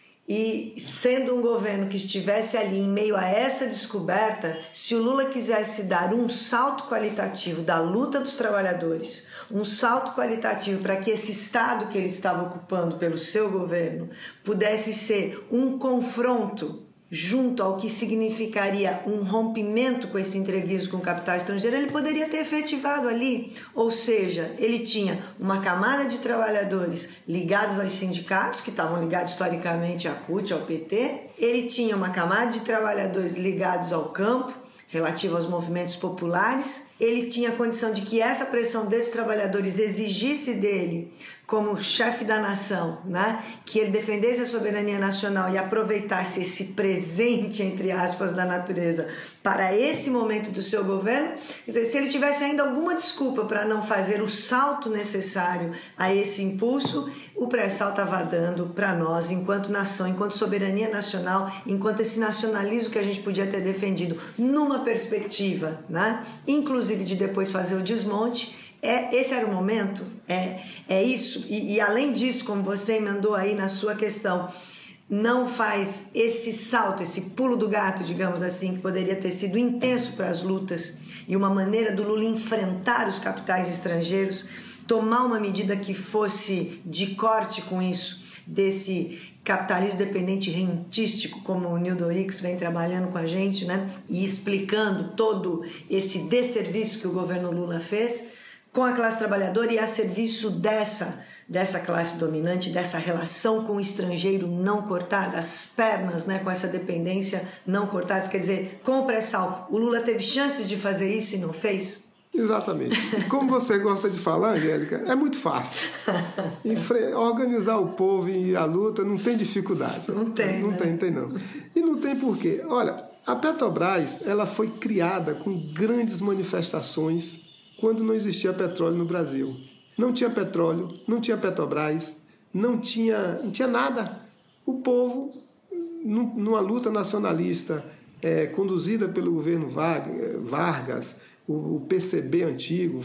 E sendo um governo que estivesse ali em meio a essa descoberta, se o Lula quisesse dar um salto qualitativo da luta dos trabalhadores, um salto qualitativo para que esse Estado que ele estava ocupando pelo seu governo pudesse ser um confronto junto ao que significaria um rompimento com esse entreguismo com o capital estrangeiro, ele poderia ter efetivado ali. Ou seja, ele tinha uma camada de trabalhadores ligados aos sindicatos, que estavam ligados historicamente à C U T, ao P T, ele tinha uma camada de trabalhadores ligados ao campo, relativo aos movimentos populares, ele tinha a condição de que essa pressão desses trabalhadores exigisse dele, como chefe da nação, né, que ele defendesse a soberania nacional e aproveitasse esse presente, entre aspas, da natureza para esse momento do seu governo. Quer dizer, se ele tivesse ainda alguma desculpa para não fazer o salto necessário a esse impulso, o pré-sal estava dando para nós, enquanto nação, enquanto soberania nacional, enquanto esse nacionalismo que a gente podia ter defendido numa perspectiva, né, inclusive de depois fazer o desmonte. É, esse era o momento, é, é isso, e, e além disso, como você emendou aí na sua questão, não faz esse salto, esse pulo do gato, digamos assim, que poderia ter sido intenso para as lutas e uma maneira do Lula enfrentar os capitais estrangeiros, tomar uma medida que fosse de corte com isso, desse capitalismo dependente rentístico, como o Nildo Orix vem trabalhando com a gente, né? E explicando todo esse desserviço que o governo Lula fez com a classe trabalhadora e a serviço dessa, dessa classe dominante, dessa relação com o estrangeiro não cortada, as pernas, né, com essa dependência não cortadas. Quer dizer, com o pré-sal, o Lula teve chances de fazer isso e não fez?
Exatamente. E como você gosta de falar, Angélica, é muito fácil. Organizar o povo e a luta não tem dificuldade.
Não tem,
Não
né?
tem, tem não. E não tem por quê. Olha, a Petrobras, ela foi criada com grandes manifestações quando não existia petróleo no Brasil. Não tinha petróleo, não tinha Petrobras, não tinha, não tinha nada. O povo, numa luta nacionalista é, conduzida pelo governo Vargas, o P C B antigo,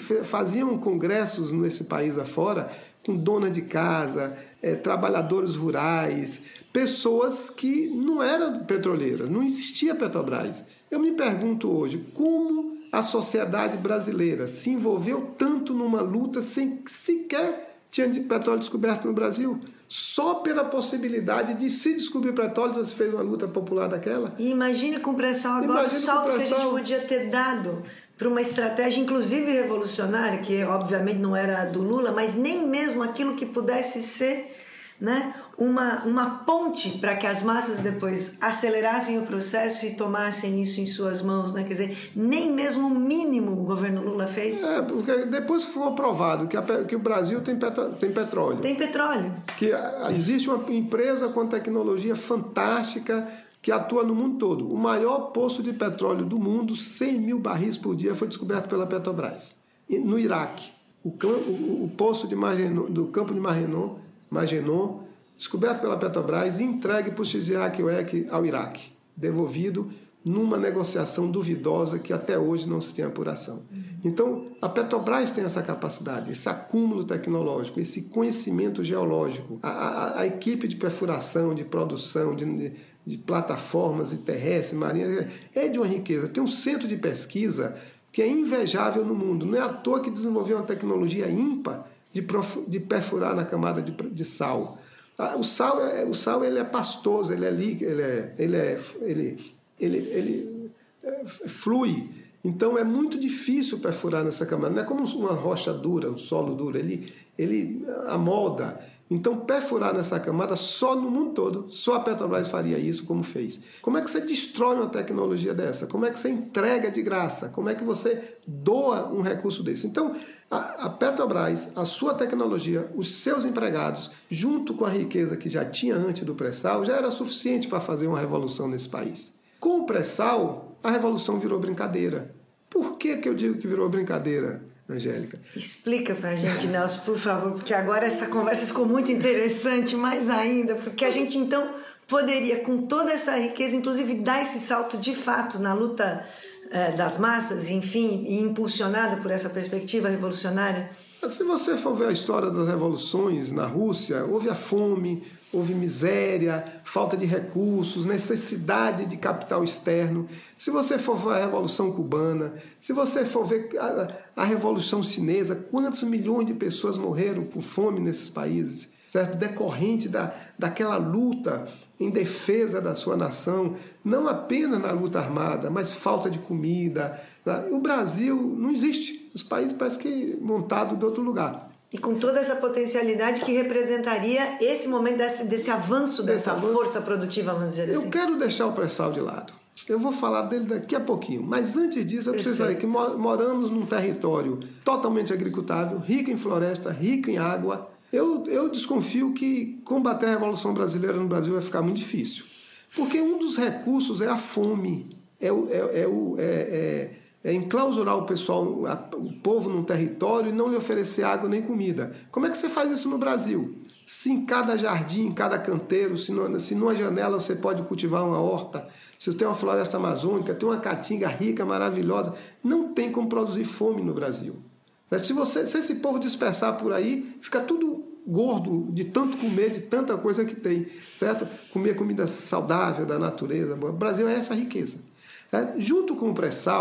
faziam congressos nesse país afora com dona de casa, é, trabalhadores rurais, pessoas que não eram petroleiras, não existia Petrobras. Eu me pergunto hoje, como a sociedade brasileira se envolveu tanto numa luta sem sequer tinha de petróleo descoberto no Brasil? Só pela possibilidade de se descobrir petróleo já se fez uma luta popular daquela.
E imagine com pressão agora o salto que a gente podia ter dado para uma estratégia, inclusive revolucionária, que obviamente não era a do Lula, mas nem mesmo aquilo que pudesse ser, né, uma, uma ponte para que as massas depois acelerassem o processo e tomassem isso em suas mãos, né? Quer dizer, nem mesmo o mínimo o governo Lula fez.
É, porque depois foi provado que, a, que o Brasil tem, petro, tem petróleo.
Tem petróleo.
Que existe uma empresa com tecnologia fantástica que atua no mundo todo. O maior poço de petróleo do mundo, cem mil barris por dia, foi descoberto pela Petrobras. No Iraque, o, o, o poço de Magenon, do campo de Magenon, Magenon, descoberto pela Petrobras e entregue por Shizyaq Uek ao Iraque, devolvido numa negociação duvidosa que até hoje não se tem apuração. Então, a Petrobras tem essa capacidade, esse acúmulo tecnológico, esse conhecimento geológico, a, a, a equipe de perfuração, de produção, de, de, de plataformas e terrestres, marinhas, é de uma riqueza. Tem um centro de pesquisa que é invejável no mundo. Não é à toa que desenvolveu uma tecnologia ímpar de, prof, de perfurar na camada de, de sal. O sal, é, o sal ele é pastoso, ele é líquido, ele, é, ele, é, ele, ele, ele é, flui. Então é muito difícil perfurar nessa camada. Não é como uma rocha dura, um solo duro, ele, ele amolda. Então perfurar nessa camada só no mundo todo, só a Petrobras faria isso como fez. Como é que você destrói uma tecnologia dessa? Como é que você entrega de graça? Como é que você doa um recurso desse? Então a, a Petrobras, a sua tecnologia, os seus empregados, junto com a riqueza que já tinha antes do pré-sal, já era suficiente para fazer uma revolução nesse país. Com o pré-sal, a revolução virou brincadeira. Por que, que eu digo que virou brincadeira, Angélica?
Explica pra gente, Nelson, por favor, porque agora essa conversa ficou muito interessante, mais ainda, porque a gente então poderia, com toda essa riqueza, inclusive dar esse salto de fato na luta eh, das massas, enfim, e impulsionada por essa perspectiva revolucionária.
Se você for ver a história das revoluções na Rússia, houve a fome, houve miséria, falta de recursos, necessidade de capital externo. Se você for ver a Revolução Cubana, se você for ver a, a Revolução Chinesa, quantos milhões de pessoas morreram por fome nesses países, certo? Decorrente da, daquela luta em defesa da sua nação, não apenas na luta armada, mas falta de comida. O Brasil não existe. Os países parecem que montado de outro lugar.
E com toda essa potencialidade que representaria esse momento desse, desse avanço, dessa avanço. força produtiva, vamos dizer assim.
Eu quero deixar o pré-sal de lado. Eu vou falar dele daqui a pouquinho. Mas antes disso, eu Perfeito. preciso saber que moramos num território totalmente agricultável, rico em floresta, rico em água. Eu, eu desconfio que combater a Revolução Brasileira no Brasil vai ficar muito difícil. Porque um dos recursos é a fome. É o... É, é, o, é, é, é enclausurar o pessoal, o povo num território e não lhe oferecer água nem comida. Como é que você faz isso no Brasil? Se em cada jardim, em cada canteiro, se, no, se numa janela você pode cultivar uma horta, se você tem uma floresta amazônica, tem uma caatinga rica, maravilhosa, não tem como produzir fome no Brasil. Se, você, se esse povo dispersar por aí, fica tudo gordo de tanto comer, de tanta coisa que tem, certo? Comer comida saudável da natureza. O Brasil é essa riqueza. É, junto com o pré-sal,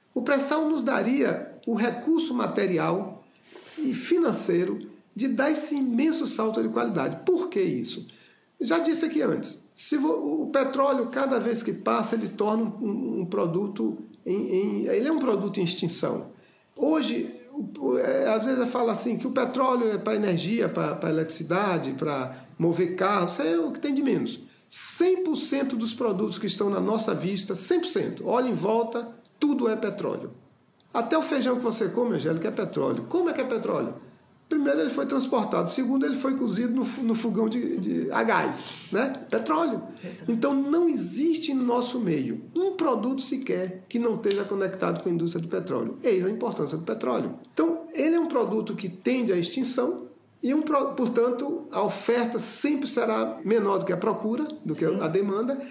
O pré-sal nos daria o recurso material e financeiro de dar esse imenso salto de qualidade. Por que isso? Já disse aqui antes, se o petróleo, cada vez que passa, ele torna um, um produto, em, em, ele é um produto em extinção. Hoje, às vezes eu falo assim, que o petróleo é para energia, para, para eletricidade, para mover carros, isso é o que tem de menos. cem por cento dos produtos que estão na nossa vista, cem por cento, olha em volta, tudo é petróleo. Até o feijão que você come, Angélica, é petróleo. Como é que é petróleo? Primeiro, ele foi transportado. Segundo, ele foi cozido no, no fogão de, de, a gás, né? Petróleo. Então, não existe no nosso meio um produto sequer que não esteja conectado com a indústria do petróleo. Eis a importância do petróleo. Então, ele é um produto que tende à extinção e, um, portanto, a oferta sempre será menor do que a procura, do que Sim. a demanda,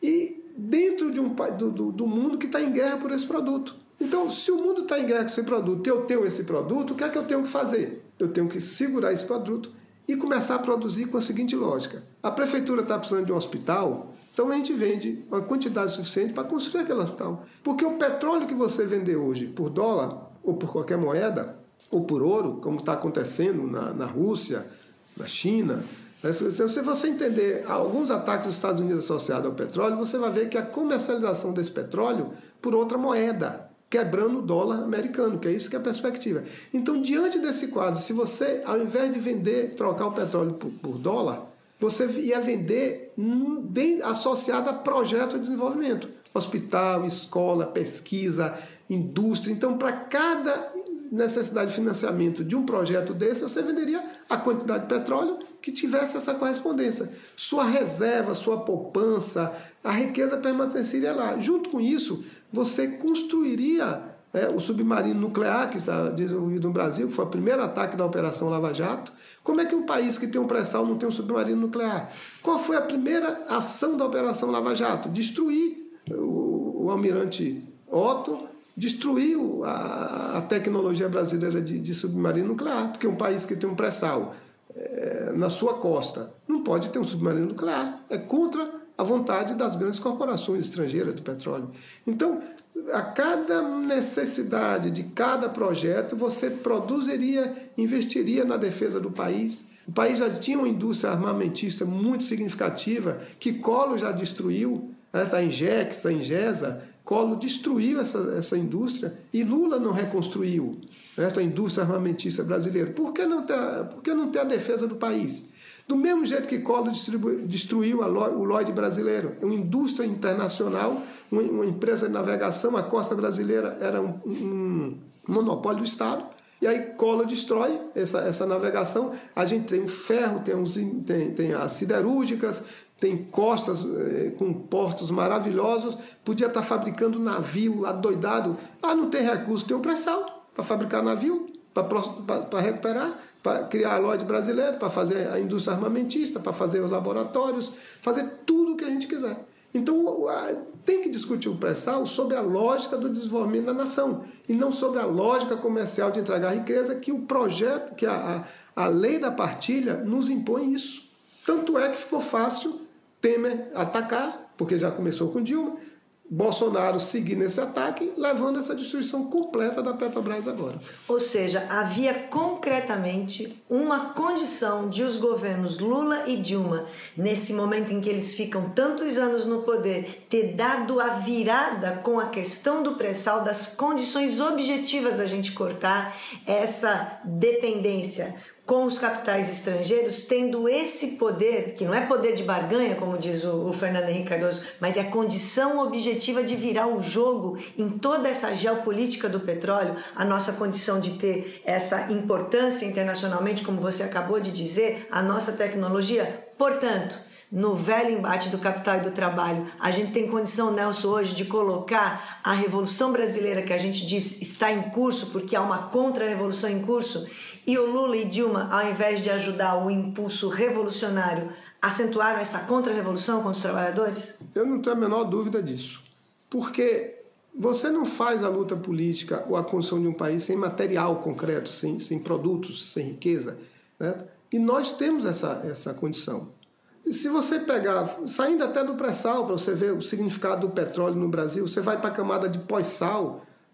e dentro de um, do, do mundo que está em guerra por esse produto. Então, se o mundo está em guerra com esse produto e eu tenho esse produto, o que é que eu tenho que fazer? Eu tenho que segurar esse produto e começar a produzir com a seguinte lógica. A prefeitura está precisando de um hospital, então a gente vende uma quantidade suficiente para construir aquele hospital. Porque o petróleo que você vender hoje por dólar ou por qualquer moeda, ou por ouro, como está acontecendo na, na Rússia, na China, né? Se você entender alguns ataques dos Estados Unidos associados ao petróleo, você vai ver que a comercialização desse petróleo por outra moeda, quebrando o dólar americano, que é isso que é a perspectiva. Então, diante desse quadro, se você, ao invés de vender, trocar o petróleo por, por dólar, você ia vender bem associado a projeto de desenvolvimento. Hospital, escola, pesquisa, indústria. Então, para cada necessidade de financiamento de um projeto desse, você venderia a quantidade de petróleo que tivesse essa correspondência. Sua reserva, sua poupança, a riqueza permaneceria lá. Junto com isso, você construiria é, o submarino nuclear que está desenvolvido no Brasil, que foi o primeiro ataque da Operação Lava Jato. Como é que um país que tem um pré-sal não tem um submarino nuclear? Qual foi a primeira ação da Operação Lava Jato? Destruir o, o almirante Otto, destruir a, a tecnologia brasileira de, de submarino nuclear, porque um país que tem um pré-sal é, na sua costa não pode ter um submarino nuclear, é contra a vontade das grandes corporações estrangeiras do petróleo. Então, a cada necessidade de cada projeto, você produziria, investiria na defesa do país. O país já tinha uma indústria armamentista muito significativa, que Collor já destruiu, a Ingex, a Ingesa, Collor destruiu essa, essa indústria e Lula não reconstruiu essa indústria armamentista brasileira. Por que não ter, por que não ter a defesa do país? Do mesmo jeito que Collor destruiu a Lloyd, o Lloyd brasileiro, uma indústria internacional, uma, uma empresa de navegação, a costa brasileira era um, um monopólio do Estado, e aí Collor destrói essa, essa navegação. A gente tem o ferro, tem, os, tem, tem as siderúrgicas, tem costas eh, com portos maravilhosos, podia estar fabricando navio adoidado. Ah, não tem recurso, tem o pré-sal para fabricar navio, para recuperar, para criar a Lloyd brasileira, para fazer a indústria armamentista, para fazer os laboratórios, fazer tudo o que a gente quiser. Então, tem que discutir o pré-sal sobre a lógica do desenvolvimento da nação e não sobre a lógica comercial de entregar riqueza, que o projeto, que a, a, a lei da partilha nos impõe isso. Tanto é que ficou fácil Temer atacar, porque já começou com Dilma, Bolsonaro seguir nesse ataque, levando essa destruição completa da Petrobras agora.
Ou seja, havia concretamente uma condição de os governos Lula e Dilma, nesse momento em que eles ficam tantos anos no poder, ter dado a virada com a questão do pré-sal, das condições objetivas da gente cortar essa dependência com os capitais estrangeiros, tendo esse poder, que não é poder de barganha, como diz o, o Fernando Henrique Cardoso, mas é condição objetiva de virar o jogo em toda essa geopolítica do petróleo, a nossa condição de ter essa importância internacionalmente, como você acabou de dizer, a nossa tecnologia. Portanto, no velho embate do capital e do trabalho, a gente tem condição, Nelson, hoje de colocar a Revolução Brasileira, que a gente diz está em curso, porque há uma contra-revolução em curso, e o Lula e Dilma, ao invés de ajudar o impulso revolucionário, acentuaram essa contra-revolução contra os trabalhadores?
Eu não tenho a menor dúvida disso. Porque você não faz a luta política ou a construção de um país sem material concreto, sem, sem produtos, sem riqueza. Né? E nós temos essa, essa condição. E se você pegar, saindo até do pré-sal, para você ver o significado do petróleo no Brasil, você vai para a camada de pós-sal,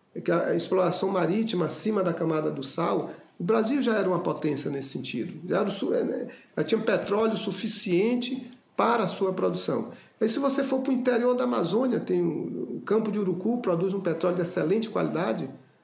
que a exploração marítima acima da camada do sal, o Brasil já era uma potência nesse sentido. Já, era, já tinha petróleo suficiente para a sua produção. Aí, se você for para o interior da Amazônia, tem o Campo de Urucu, produz um petróleo de excelente qualidade.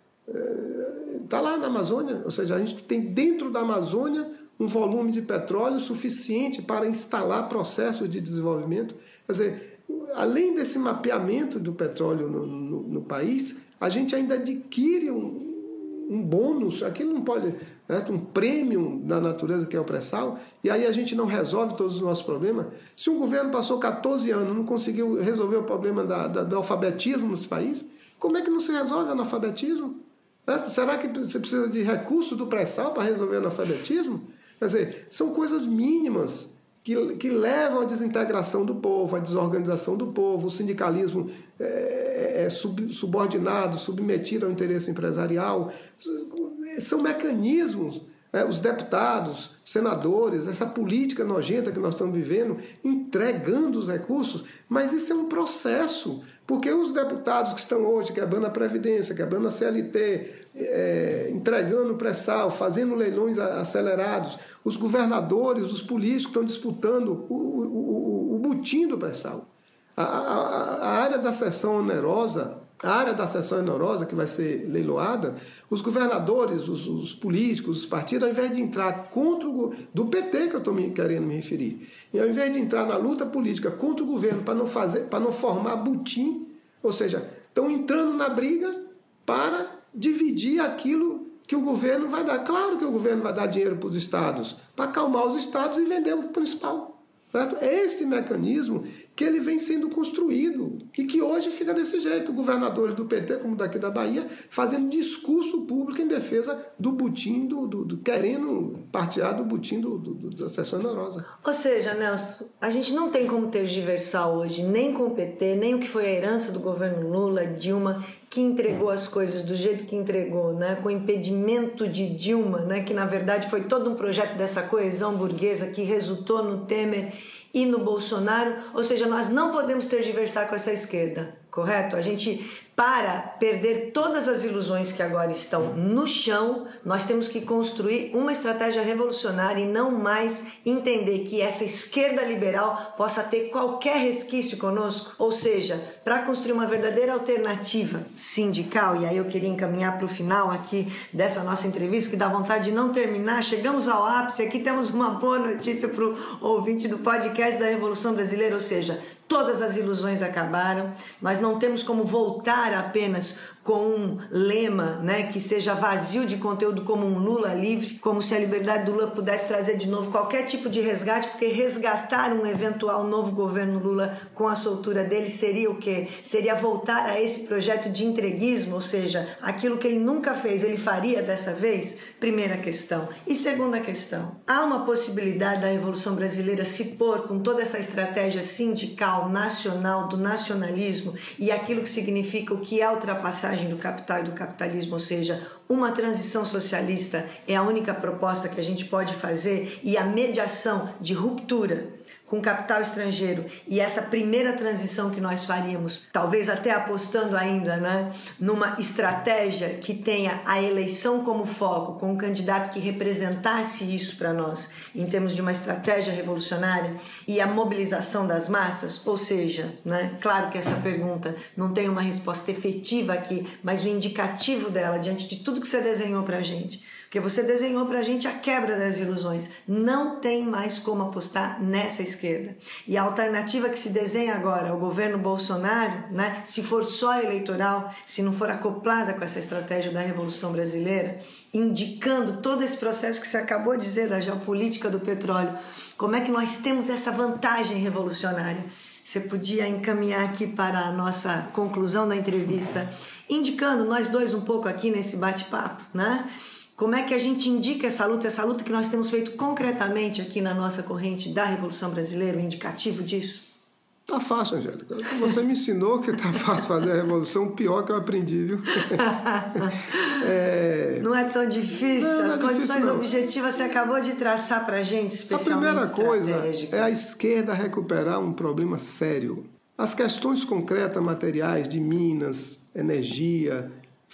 Está lá na Amazônia, ou seja, a gente tem dentro da Amazônia um volume de petróleo suficiente para instalar processos de desenvolvimento. Quer dizer, além desse mapeamento do petróleo no, no, no país, a gente ainda adquire um, um bônus, aquilo não pode, né, um prêmio da natureza que é o pré-sal, e aí a gente não resolve todos os nossos problemas. Se um governo passou quatorze anos e não conseguiu resolver o problema da, da, do alfabetismo nesse país, como é que não se resolve o analfabetismo? É, será que você precisa de recursos do pré-sal para resolver o analfabetismo? Quer dizer, são coisas mínimas que, que levam à desintegração do povo, à desorganização do povo, o sindicalismo é, é sub, subordinado, submetido ao interesse empresarial. São mecanismos, é, os deputados, senadores, essa política nojenta que nós estamos vivendo, entregando os recursos, mas isso é um processo. Porque os deputados que estão hoje quebrando a Previdência, quebrando a C L T, é, entregando o pré-sal, fazendo leilões acelerados, os governadores, os políticos estão disputando o, o, o, o butim do pré-sal. A, a, a área da seção onerosa, a área da seção onerosa que vai ser leiloada, os governadores, os, os políticos, os partidos, ao invés de entrar contra o do P T, que eu estou me, querendo me referir, e ao invés de entrar na luta política contra o governo para não fazer, para não formar butim, ou seja, estão entrando na briga para dividir aquilo que o governo vai dar. Claro que o governo vai dar dinheiro para os estados, para acalmar os estados e vender o principal. Certo? É esse mecanismo que ele vem sendo construído e que hoje fica desse jeito. Governadores do P T, como daqui da Bahia, fazendo discurso público em defesa do butim, do, do, do, querendo partilhar do butim do, do, do, da seção onerosa.
Ou seja, Nelson, a gente não tem como tergiversar hoje nem com o P T, nem o que foi a herança do governo Lula, Dilma, que entregou as coisas do jeito que entregou, né? Com o impedimento de Dilma, né? Que na verdade foi todo um projeto dessa coesão burguesa que resultou no Temer e no Bolsonaro. Ou seja, nós não podemos tergiversar com essa esquerda, correto? A gente, para perder todas as ilusões que agora estão no chão, nós temos que construir uma estratégia revolucionária e não mais entender que essa esquerda liberal possa ter qualquer resquício conosco. Ou seja, para construir uma verdadeira alternativa sindical, e aí eu queria encaminhar para o final aqui dessa nossa entrevista, que dá vontade de não terminar, chegamos ao ápice, aqui temos uma boa notícia para o ouvinte do podcast da Revolução Brasileira, ou seja, todas as ilusões acabaram, nós não temos como voltar apenas com um lema, né, que seja vazio de conteúdo como um Lula livre, como se a liberdade do Lula pudesse trazer de novo qualquer tipo de resgate, porque resgatar um eventual novo governo Lula com a soltura dele seria o quê? Seria voltar a esse projeto de entreguismo, ou seja, aquilo que ele nunca fez, ele faria dessa vez? Primeira questão. E segunda questão, há uma possibilidade da Revolução Brasileira se pôr com toda essa estratégia sindical, nacional, do nacionalismo e aquilo que significa o que é a ultrapassagem do capital e do capitalismo, ou seja, uma transição socialista é a única proposta que a gente pode fazer, e a mediação de ruptura com capital estrangeiro e essa primeira transição que nós faríamos, talvez até apostando ainda, né, numa estratégia que tenha a eleição como foco, com um candidato que representasse isso para nós, em termos de uma estratégia revolucionária, e a mobilização das massas, ou seja, né, claro que essa pergunta não tem uma resposta efetiva aqui, mas o indicativo dela, diante de tudo que você desenhou para a gente, porque você desenhou para a gente a quebra das ilusões. Não tem mais como apostar nessa esquerda. E a alternativa que se desenha agora ao governo Bolsonaro, né, se for só eleitoral, se não for acoplada com essa estratégia da Revolução Brasileira, indicando todo esse processo que você acabou de dizer da geopolítica do petróleo, como é que nós temos essa vantagem revolucionária? Você podia encaminhar aqui para a nossa conclusão da entrevista, indicando nós dois um pouco aqui nesse bate-papo, né? Como é que a gente indica essa luta, essa luta que nós temos feito concretamente aqui na nossa corrente da Revolução Brasileira, o indicativo disso?
Tá fácil, Angélica. Você me ensinou que tá fácil fazer a revolução, pior que eu aprendi, viu?
é... Não é tão difícil.
Não, não
As
é
condições
difícil,
objetivas você acabou de traçar pra gente, especialmente
a primeira coisa
estratégicas.
é a esquerda recuperar um problema sério. As questões concretas, materiais de Minas, energia,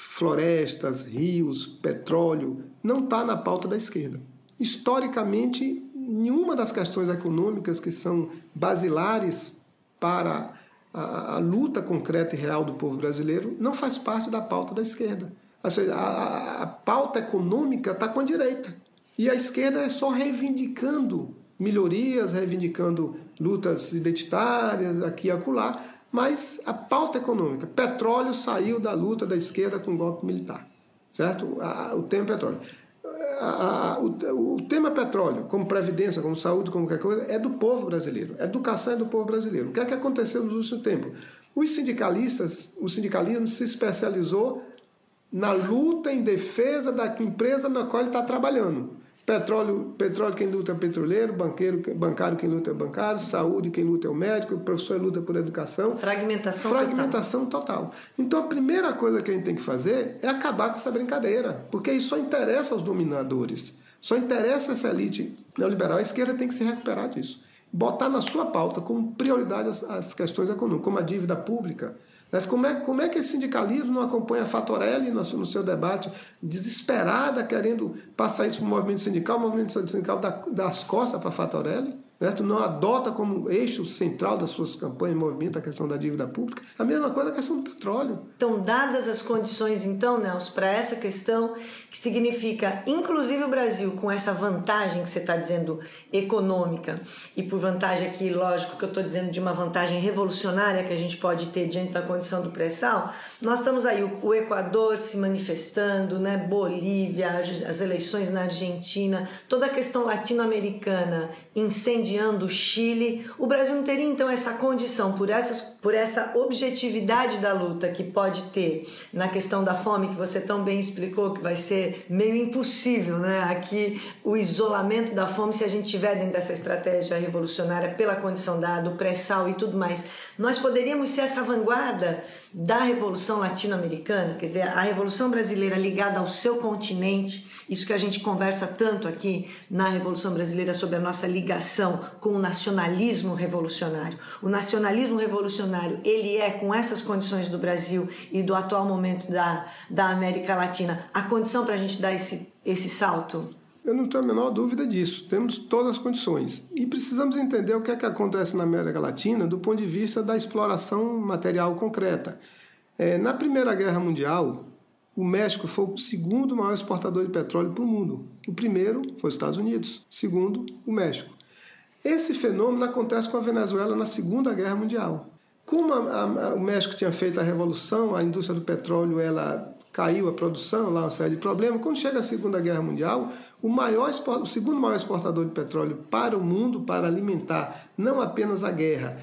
florestas, rios, petróleo, não está na pauta da esquerda. Historicamente, nenhuma das questões econômicas que são basilares para a, a luta concreta e real do povo brasileiro não faz parte da pauta da esquerda. Ou seja, a, a pauta econômica está com a direita. E a esquerda é só reivindicando melhorias, reivindicando lutas identitárias aqui e acolá, mas a pauta econômica, petróleo saiu da luta da esquerda com o golpe militar, certo? A, o tema petróleo. A, a, o, o tema petróleo, como previdência, como saúde, como qualquer coisa, é do povo brasileiro. A educação é do povo brasileiro. O que é que aconteceu nos últimos tempos? Os sindicalistas, o sindicalismo se especializou na luta em defesa da empresa na qual ele está trabalhando. Petróleo, petróleo quem luta é o petroleiro, banqueiro, bancário quem luta é o bancário, saúde quem luta é o médico, o professor luta por educação.
Fragmentação,
Fragmentação total. total. Então a primeira coisa que a gente tem que fazer é acabar com essa brincadeira, porque isso só interessa aos dominadores, só interessa essa elite neoliberal. A esquerda tem que se recuperar disso. Botar na sua pauta como prioridade as, as questões econômicas, como a dívida pública. Como é, como é que esse sindicalismo não acompanha a Fatorelli no, no seu debate, desesperada, querendo passar isso para o movimento sindical, o movimento sindical dá, dá as costas para a Fatorelli, certo? Não adota como eixo central das suas campanhas e movimento a questão da dívida pública. A mesma coisa a questão do petróleo.
Então, dadas as condições, então, Nelson, para essa questão, que significa, inclusive o Brasil, com essa vantagem que você está dizendo econômica, e por vantagem aqui, lógico que eu estou dizendo de uma vantagem revolucionária que a gente pode ter diante da condição do pré-sal, nós estamos aí, o, o Equador se manifestando, né? Bolívia, as eleições na Argentina, toda a questão latino-americana incendiando o Chile. O Brasil não teria, então, essa condição, por, essas, por essa objetividade da luta que pode ter na questão da fome, que você tão bem explicou, que vai ser meio impossível, né? Aqui, o isolamento da fome, se a gente tiver dentro dessa estratégia revolucionária pela condição dada, o pré-sal e tudo mais, nós poderíamos ser essa vanguarda da Revolução Latino-Americana, quer dizer, a Revolução Brasileira ligada ao seu continente, isso que a gente conversa tanto aqui na Revolução Brasileira sobre a nossa ligação com o nacionalismo revolucionário. O nacionalismo revolucionário, ele é, com essas condições do Brasil e do atual momento da, da América Latina, a condição para a gente dar esse, esse salto?
Eu não tenho a menor dúvida disso. Temos todas as condições. E precisamos entender o que é que acontece na América Latina do ponto de vista da exploração material concreta. É, na Primeira Guerra Mundial, o México foi o segundo maior exportador de petróleo para o mundo. O primeiro foi os Estados Unidos. O segundo, o México. Esse fenômeno acontece com a Venezuela na Segunda Guerra Mundial. Como a, a, o México tinha feito a revolução, a indústria do petróleo ela caiu a produção, lá uma série de problemas. Quando chega a Segunda Guerra Mundial, o, maior, o segundo maior exportador de petróleo para o mundo, para alimentar não apenas a guerra,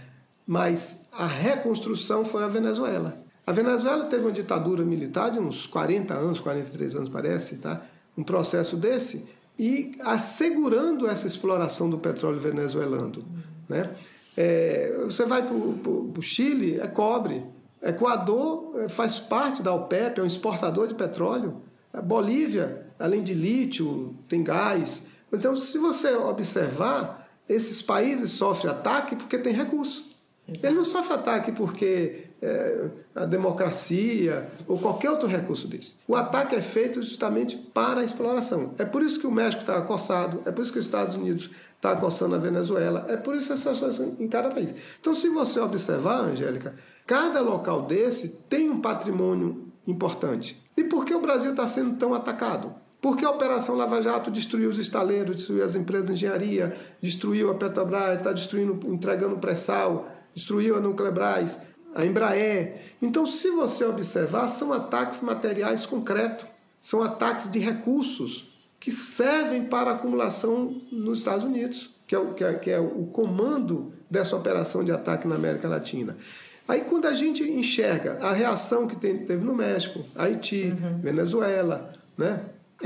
mas a reconstrução, foi a Venezuela. A Venezuela teve uma ditadura militar de uns quarenta anos, quarenta e três anos parece, tá? Um processo desse, e assegurando essa exploração do petróleo venezuelano. Né? É, você vai para o Chile, é cobre. Equador faz parte da OPEP, é um exportador de petróleo. A Bolívia, além de lítio, tem gás. Então, se você observar, esses países sofrem ataque porque tem recurso. Exato. Ele não sofre ataque porque é, a democracia ou qualquer outro recurso desse. O ataque é feito justamente para a exploração. É por isso que o México está acossado, é por isso que os Estados Unidos está acossando a Venezuela, é por isso essa situação em cada país. Então, se você observar, Angélica, cada local desse tem um patrimônio importante. E por que o Brasil está sendo tão atacado? Porque a Operação Lava Jato destruiu os estaleiros, destruiu as empresas de engenharia, destruiu a Petrobras, está destruindo, entregando pré-sal, destruiu a Nuclebras, a Embraer. Então, se você observar, são ataques materiais concretos, são ataques de recursos que servem para a acumulação nos Estados Unidos, que é o, que é, que é o comando dessa operação de ataque na América Latina. Aí, quando a gente enxerga a reação que tem, teve no México, Haiti, uhum. Venezuela, né?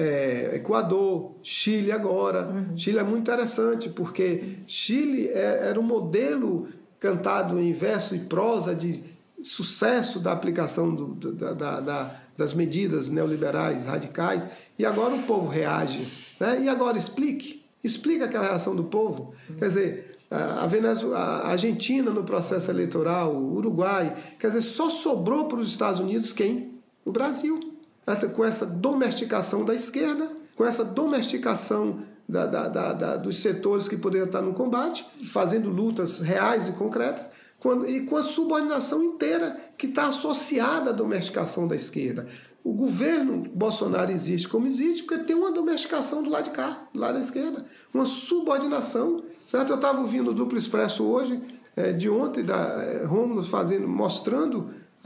É, Equador, Chile agora. Uhum. Chile é muito interessante, porque Chile é, era um modelo cantado em verso e prosa de sucesso da aplicação do, da, da, da, das medidas neoliberais radicais, e agora o povo reage. Né? E agora explique, explique aquela reação do povo. Uhum. Quer dizer, a, Venezuela, a Argentina no processo eleitoral, o Uruguai, quer dizer, só sobrou para os Estados Unidos quem? O Brasil. essa, com essa domesticação da esquerda, com essa domesticação da, da, da, da, dos setores que poderiam estar no combate, fazendo lutas reais e concretas, quando, e com a subordinação inteira que está associada à domesticação da esquerda. O governo Bolsonaro existe como existe porque tem uma domesticação do lado de cá, do lado da esquerda, uma subordinação. Certo? Eu estava ouvindo o Duplo Expresso hoje, é, de ontem, da é, Rômulo fazendo, mostrando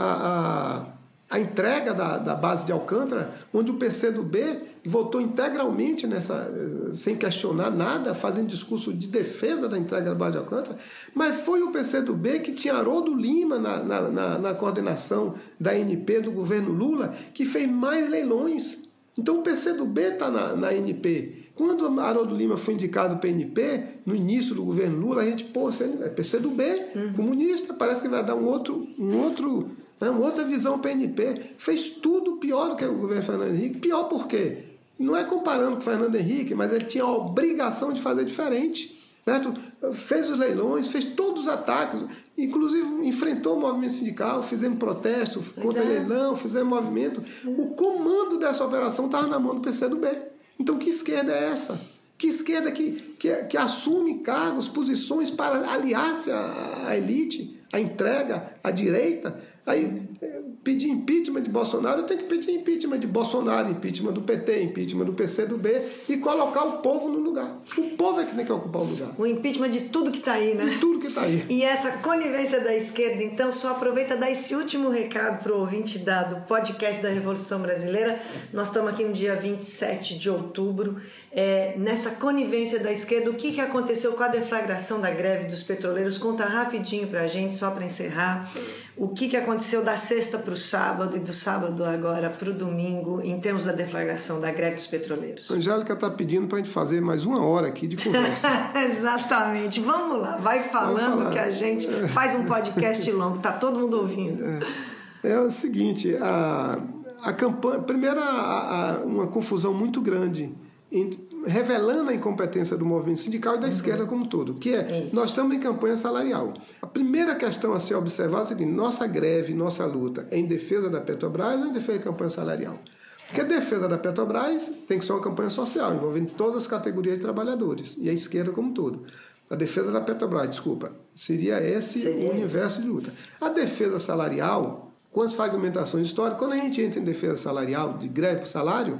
a, a, a entrega da, da base de Alcântara, onde o P C do B votou integralmente, nessa, sem questionar nada, fazendo discurso de defesa da entrega da base de Alcântara, mas foi o P C do B que tinha Haroldo Lima na, na, na, na coordenação da N P do governo Lula, que fez mais leilões. Então o P C do B está na, na N P. Quando Haroldo Lima foi indicado para a N P, no início do governo Lula, a gente, pô, é P C do B, uhum. comunista, parece que vai dar um outro, um outro, né, uma outra visão para a N P. Fez tudo pior do que o governo Fernando Henrique. Pior por quê? Não é comparando com o Fernando Henrique, mas ele tinha a obrigação de fazer diferente. Certo? Fez os leilões, fez todos os ataques, inclusive enfrentou o movimento sindical, fizemos protesto contra o leilão, fizemos movimento. O comando dessa operação estava na mão do P C do B. Então, que esquerda é essa? Que esquerda que, que, que assume cargos, posições para aliar-se à, à elite, à entrega, à direita? Aí, pedir impeachment de Bolsonaro, eu tenho que pedir impeachment de Bolsonaro, impeachment do P T, impeachment do P C do B e colocar o povo no lugar. O povo é que tem que ocupar o lugar.
O impeachment de tudo que está aí, né?
De tudo que está aí.
E essa conivência da esquerda, então, só aproveita dar esse último recado para o ouvinte da, do podcast da Revolução Brasileira. Nós estamos aqui no dia vinte e sete de outubro. É, nessa conivência da esquerda, o que, que aconteceu com a deflagração da greve dos petroleiros? Conta rapidinho para a gente, só para encerrar. O que, que aconteceu da sexta para o sábado e do sábado agora para o domingo, em termos da deflagração da greve dos petroleiros?
A Angélica está pedindo para a gente fazer mais uma hora aqui de conversa.
Exatamente. Vamos lá, vai falando que a gente faz um podcast longo, está todo mundo ouvindo.
É, é o seguinte, a, a campanha... Primeiro, a, a, uma confusão muito grande, entre, revelando a incompetência do movimento sindical e da uhum. esquerda como um todo, que é, é, nós estamos em campanha salarial. A primeira questão a ser observada é a seguinte: nossa greve, nossa luta é em defesa da Petrobras ou em defesa da campanha salarial? Porque a defesa da Petrobras tem que ser uma campanha social, envolvendo todas as categorias de trabalhadores, e a esquerda como um todo. A defesa da Petrobras, desculpa, seria esse seria o universo de luta. A defesa salarial, com as fragmentações históricas, quando a gente entra em defesa salarial, de greve por salário,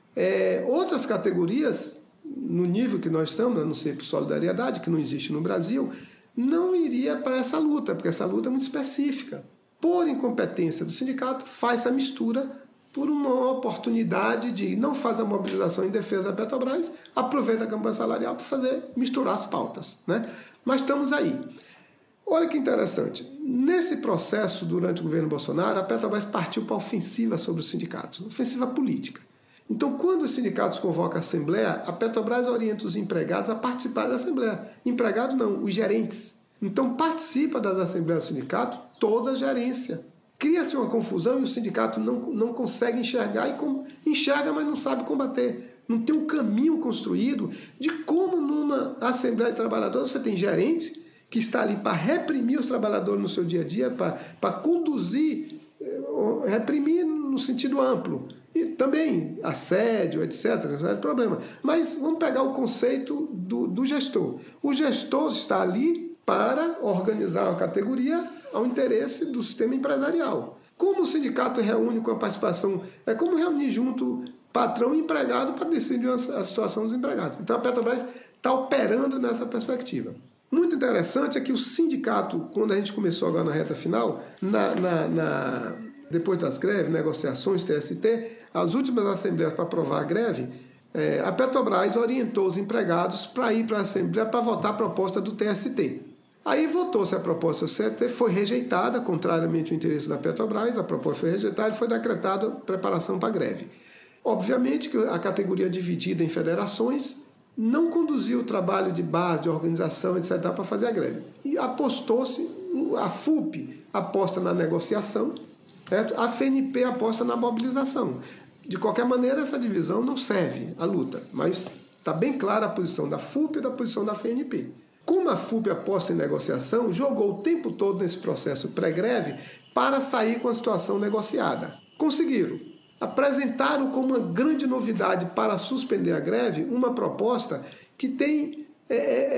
É, outras categorias, no nível que nós estamos, a não ser por solidariedade, que não existe no Brasil, não iria para essa luta, porque essa luta é muito específica. Por incompetência do sindicato, faz essa mistura por uma oportunidade de não fazer a mobilização em defesa da Petrobras, aproveita a campanha salarial para fazer, misturar as pautas, né? Mas estamos aí. Olha que interessante, nesse processo, durante o governo Bolsonaro, a Petrobras partiu para a ofensiva sobre os sindicatos, ofensiva política. Então, quando os sindicatos convocam a Assembleia, a Petrobras orienta os empregados a participar da Assembleia. Empregado não, os gerentes. Então, participa das Assembleias do sindicato toda a gerência. Cria-se uma confusão e o sindicato não, não consegue enxergar, e com, enxerga, mas não sabe combater. Não tem um caminho construído de como numa Assembleia de Trabalhadores você tem gerente que está ali para reprimir os trabalhadores no seu dia a dia, para, para conduzir, reprimir no sentido amplo. E também assédio, etcétera, não é problema. Mas vamos pegar o conceito do, do gestor. O gestor está ali para organizar uma categoria ao interesse do sistema empresarial. Como o sindicato reúne com a participação, é como reunir junto patrão e empregado para decidir a situação dos empregados. Então a Petrobras está operando nessa perspectiva. Muito interessante é que o sindicato, quando a gente começou agora na reta final, na, na, na, depois das greves, negociações, T S T, as últimas assembleias para aprovar a greve, é, a Petrobras orientou os empregados para ir para a Assembleia para votar a proposta do T S T. Aí votou-se a proposta do T S T, foi rejeitada, contrariamente ao interesse da Petrobras, a proposta foi rejeitada e foi decretada preparação para a greve. Obviamente que a categoria dividida em federações não conduziu o trabalho de base, de organização, etcétera, para fazer a greve. E apostou-se, a F U P aposta na negociação, certo? A F N P aposta na mobilização. De qualquer maneira, essa divisão não serve à luta, mas está bem clara a posição da F U P e da posição da F N P. Como a F U P aposta em negociação, jogou o tempo todo nesse processo pré-greve para sair com a situação negociada. Conseguiram. apresentaram como uma grande novidade para suspender a greve uma proposta que tem, é,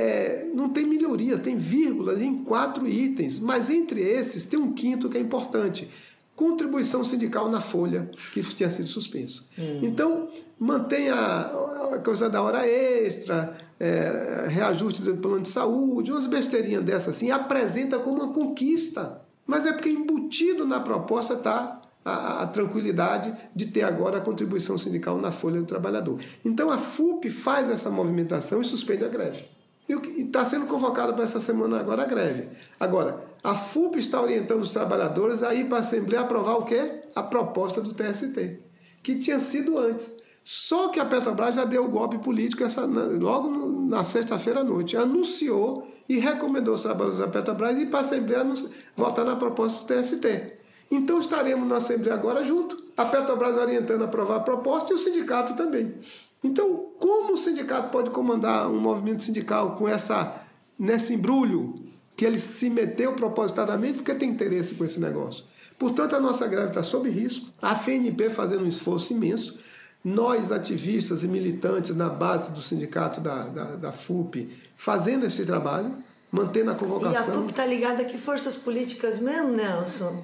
é, não tem melhorias, tem vírgulas em quatro itens, mas entre esses tem um quinto que é importante: contribuição sindical na folha, que tinha sido suspensa. Hum. Então, mantém a, a coisa da hora extra, é, reajuste do plano de saúde, umas besteirinhas dessas assim, apresenta como uma conquista. Mas é porque embutido na proposta está a, a tranquilidade de ter agora a contribuição sindical na folha do trabalhador. Então, a F U P faz essa movimentação e suspende a greve. E está sendo convocada para essa semana agora a greve. Agora, a F U P está orientando os trabalhadores a ir para a Assembleia aprovar o quê? A proposta do T S T, que tinha sido antes. Só que a Petrobras já deu o golpe político essa, logo no, na sexta-feira à noite. Anunciou e recomendou os trabalhadores da Petrobras ir para a Assembleia votar na proposta do T S T. Então estaremos na Assembleia agora junto, a Petrobras orientando a aprovar a proposta e o sindicato também. Então, como o sindicato pode comandar um movimento sindical com essa, nesse embrulho que ele se meteu propositadamente porque tem interesse com esse negócio? Portanto, a nossa greve está sob risco, a F N P fazendo um esforço imenso, nós, ativistas e militantes na base do sindicato da, da, da F U P, fazendo esse trabalho, mantendo a convocação.
E a F U P está ligada a que forças políticas mesmo, Nelson?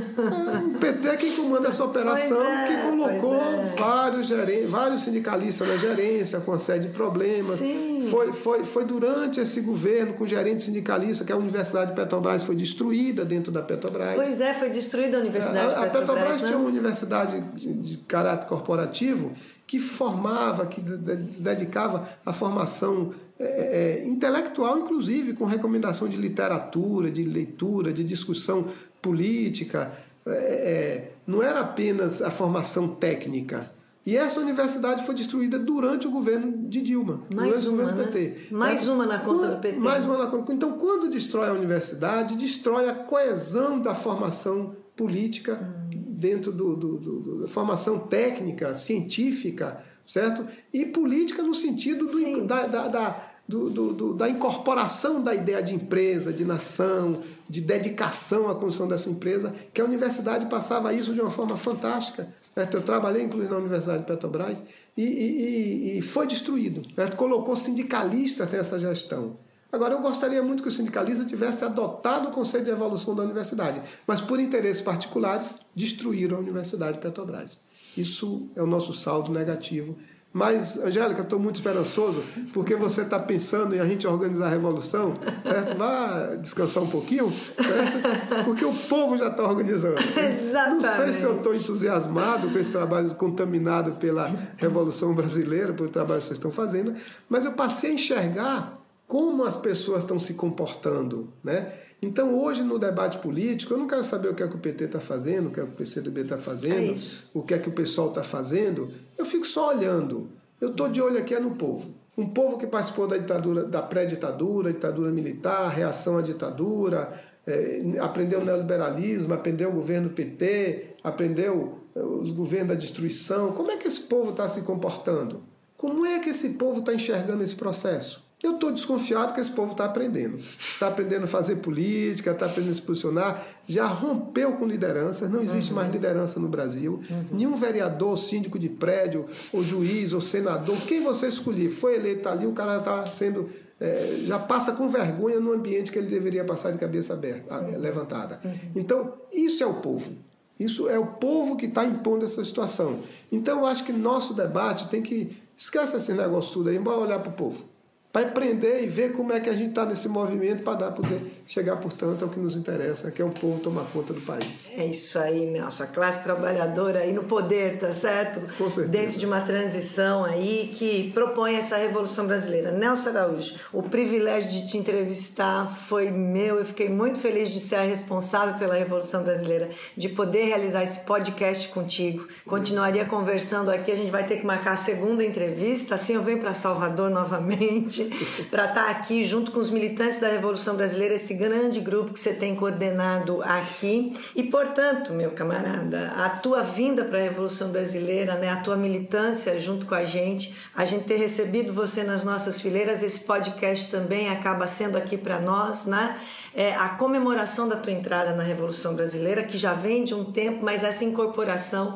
É, o P T é quem comanda essa operação, é, que colocou é. vários, geren... vários sindicalistas na gerência, com uma série de problemas.
Sim.
Foi, foi, foi durante esse governo, com o gerente sindicalista, que a Universidade de Petrobras foi destruída dentro da Petrobras.
Pois é, foi destruída a Universidade
a,
de Petrobras.
A Petrobras
né?
tinha uma universidade de, de caráter corporativo que formava, que se dedicava à formação é, é, intelectual, inclusive, com recomendação de literatura, de leitura, de discussão política. É, é, não era apenas a formação técnica. E essa universidade foi destruída durante o governo de Dilma.
Mais uma,
do P T.
Né? Mais uma na conta do P T.
Mais uma na conta. Então, quando destrói a universidade, destrói a coesão da formação política hum. dentro do, do, do, da formação técnica, científica, certo? E política no sentido do, da, da, da, do, do, do, da incorporação da ideia de empresa, de nação, de dedicação à construção dessa empresa, que a universidade passava isso de uma forma fantástica. Certo? Eu trabalhei, inclusive, na Universidade de Petrobras e, e, e foi destruído. Certo? Colocou sindicalista nessa gestão. Agora, eu gostaria muito que o sindicalista tivesse adotado o conceito de evolução da universidade, mas, por interesses particulares, destruíram a Universidade de Petrobras. Isso é o nosso saldo negativo. Mas, Angélica, estou muito esperançoso, porque você está pensando em a gente organizar a revolução, certo? Vá descansar um pouquinho, certo? Porque o povo já está organizando.
Exatamente.
Não sei se eu estou entusiasmado com esse trabalho contaminado pela Revolução Brasileira, pelo trabalho que vocês estão fazendo, mas eu passei a enxergar como as pessoas estão se comportando, né? Então, hoje, no debate político, eu não quero saber o que é que o P T está fazendo, o que é que o P C do B está fazendo,
é
o que é que o pessoal está fazendo. Eu fico só olhando. Eu estou de olho aqui é no povo. Um povo que participou da ditadura, da pré-ditadura, ditadura militar, reação à ditadura, é, aprendeu o neoliberalismo, aprendeu o governo P T, aprendeu os governos da destruição. Como é que esse povo está se comportando? Como é que esse povo está enxergando esse processo? Eu estou desconfiado que esse povo está aprendendo. Está aprendendo a fazer política, está aprendendo a se posicionar, já rompeu com lideranças, não existe uhum. mais liderança no Brasil. Uhum. Nenhum vereador, síndico de prédio, ou juiz, ou senador, quem você escolher, foi eleito ali, o cara está sendo... É, já passa com vergonha no ambiente que ele deveria passar de cabeça aberta, uhum. levantada. Uhum. Então, isso é o povo. Isso é o povo que está impondo essa situação. Então, eu acho que nosso debate tem que... Esquece esse negócio tudo aí, bora olhar para o povo. Para aprender e ver como é que a gente está nesse movimento para dar poder chegar, portanto, ao que nos interessa, que é o povo tomar conta do país.
É isso aí, Nelson. A classe trabalhadora aí no poder, tá certo?
Com certeza.
Dentro de uma transição aí que propõe essa Revolução Brasileira. Nelson Araújo, o privilégio de te entrevistar foi meu. Eu fiquei muito feliz de ser a responsável pela Revolução Brasileira, de poder realizar esse podcast contigo. Continuaria conversando aqui, a gente vai ter que marcar a segunda entrevista, assim eu venho para Salvador novamente, para estar aqui junto com os militantes da Revolução Brasileira, esse grande grupo que você tem coordenado aqui. E, portanto, meu camarada, a tua vinda para a Revolução Brasileira, né, a tua militância junto com a gente, a gente ter recebido você nas nossas fileiras, esse podcast também acaba sendo aqui para nós, né? É a comemoração da tua entrada na Revolução Brasileira, que já vem de um tempo, mas essa incorporação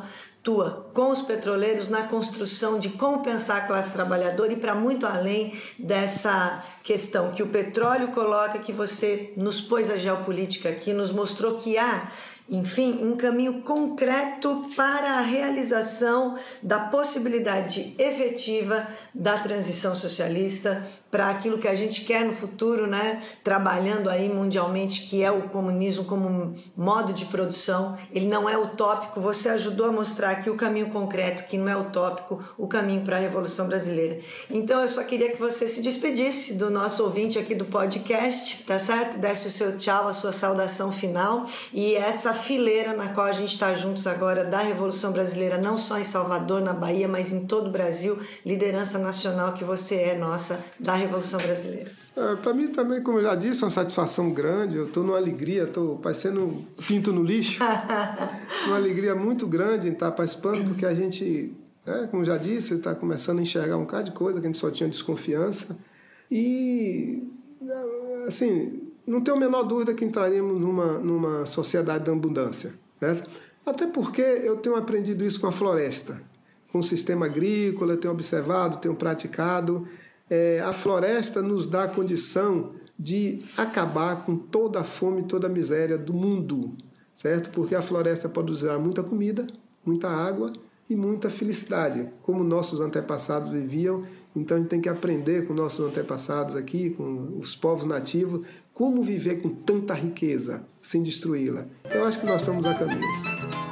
atua com os petroleiros na construção de como pensar a classe trabalhadora e para muito além dessa questão que o petróleo coloca, que você nos pôs a geopolítica aqui, nos mostrou que há, enfim, um caminho concreto para a realização da possibilidade efetiva da transição socialista para aquilo que a gente quer no futuro, né? Trabalhando aí mundialmente, que é o comunismo como modo de produção. Ele não é utópico, você ajudou a mostrar aqui o caminho concreto, que não é utópico, o caminho para a Revolução Brasileira. Então eu só queria que você se despedisse do nosso ouvinte aqui do podcast, tá certo? Desse o seu tchau, a sua saudação final e essa fileira na qual a gente está juntos agora da Revolução Brasileira, não só em Salvador, na Bahia, mas em todo o Brasil, liderança nacional que você é nossa da Revolução Brasileira.
É, para mim também, como eu já disse, é uma satisfação grande. Eu estou numa alegria, estou parecendo pinto no lixo. Uma alegria muito grande em estar participando, porque a gente, é, como já disse, está começando a enxergar um bocado de coisa que a gente só tinha desconfiança. E, assim, não tenho a menor dúvida que entraremos numa, numa sociedade da abundância. Né? Até porque eu tenho aprendido isso com a floresta, com o sistema agrícola, eu tenho observado, tenho praticado. É, a floresta nos dá a condição de acabar com toda a fome, toda a miséria do mundo, certo? Porque a floresta produzirá muita comida, muita água e muita felicidade, como nossos antepassados viviam. Então a gente tem que aprender com nossos antepassados aqui, com os povos nativos, como viver com tanta riqueza sem destruí-la. Eu acho que nós estamos a caminho.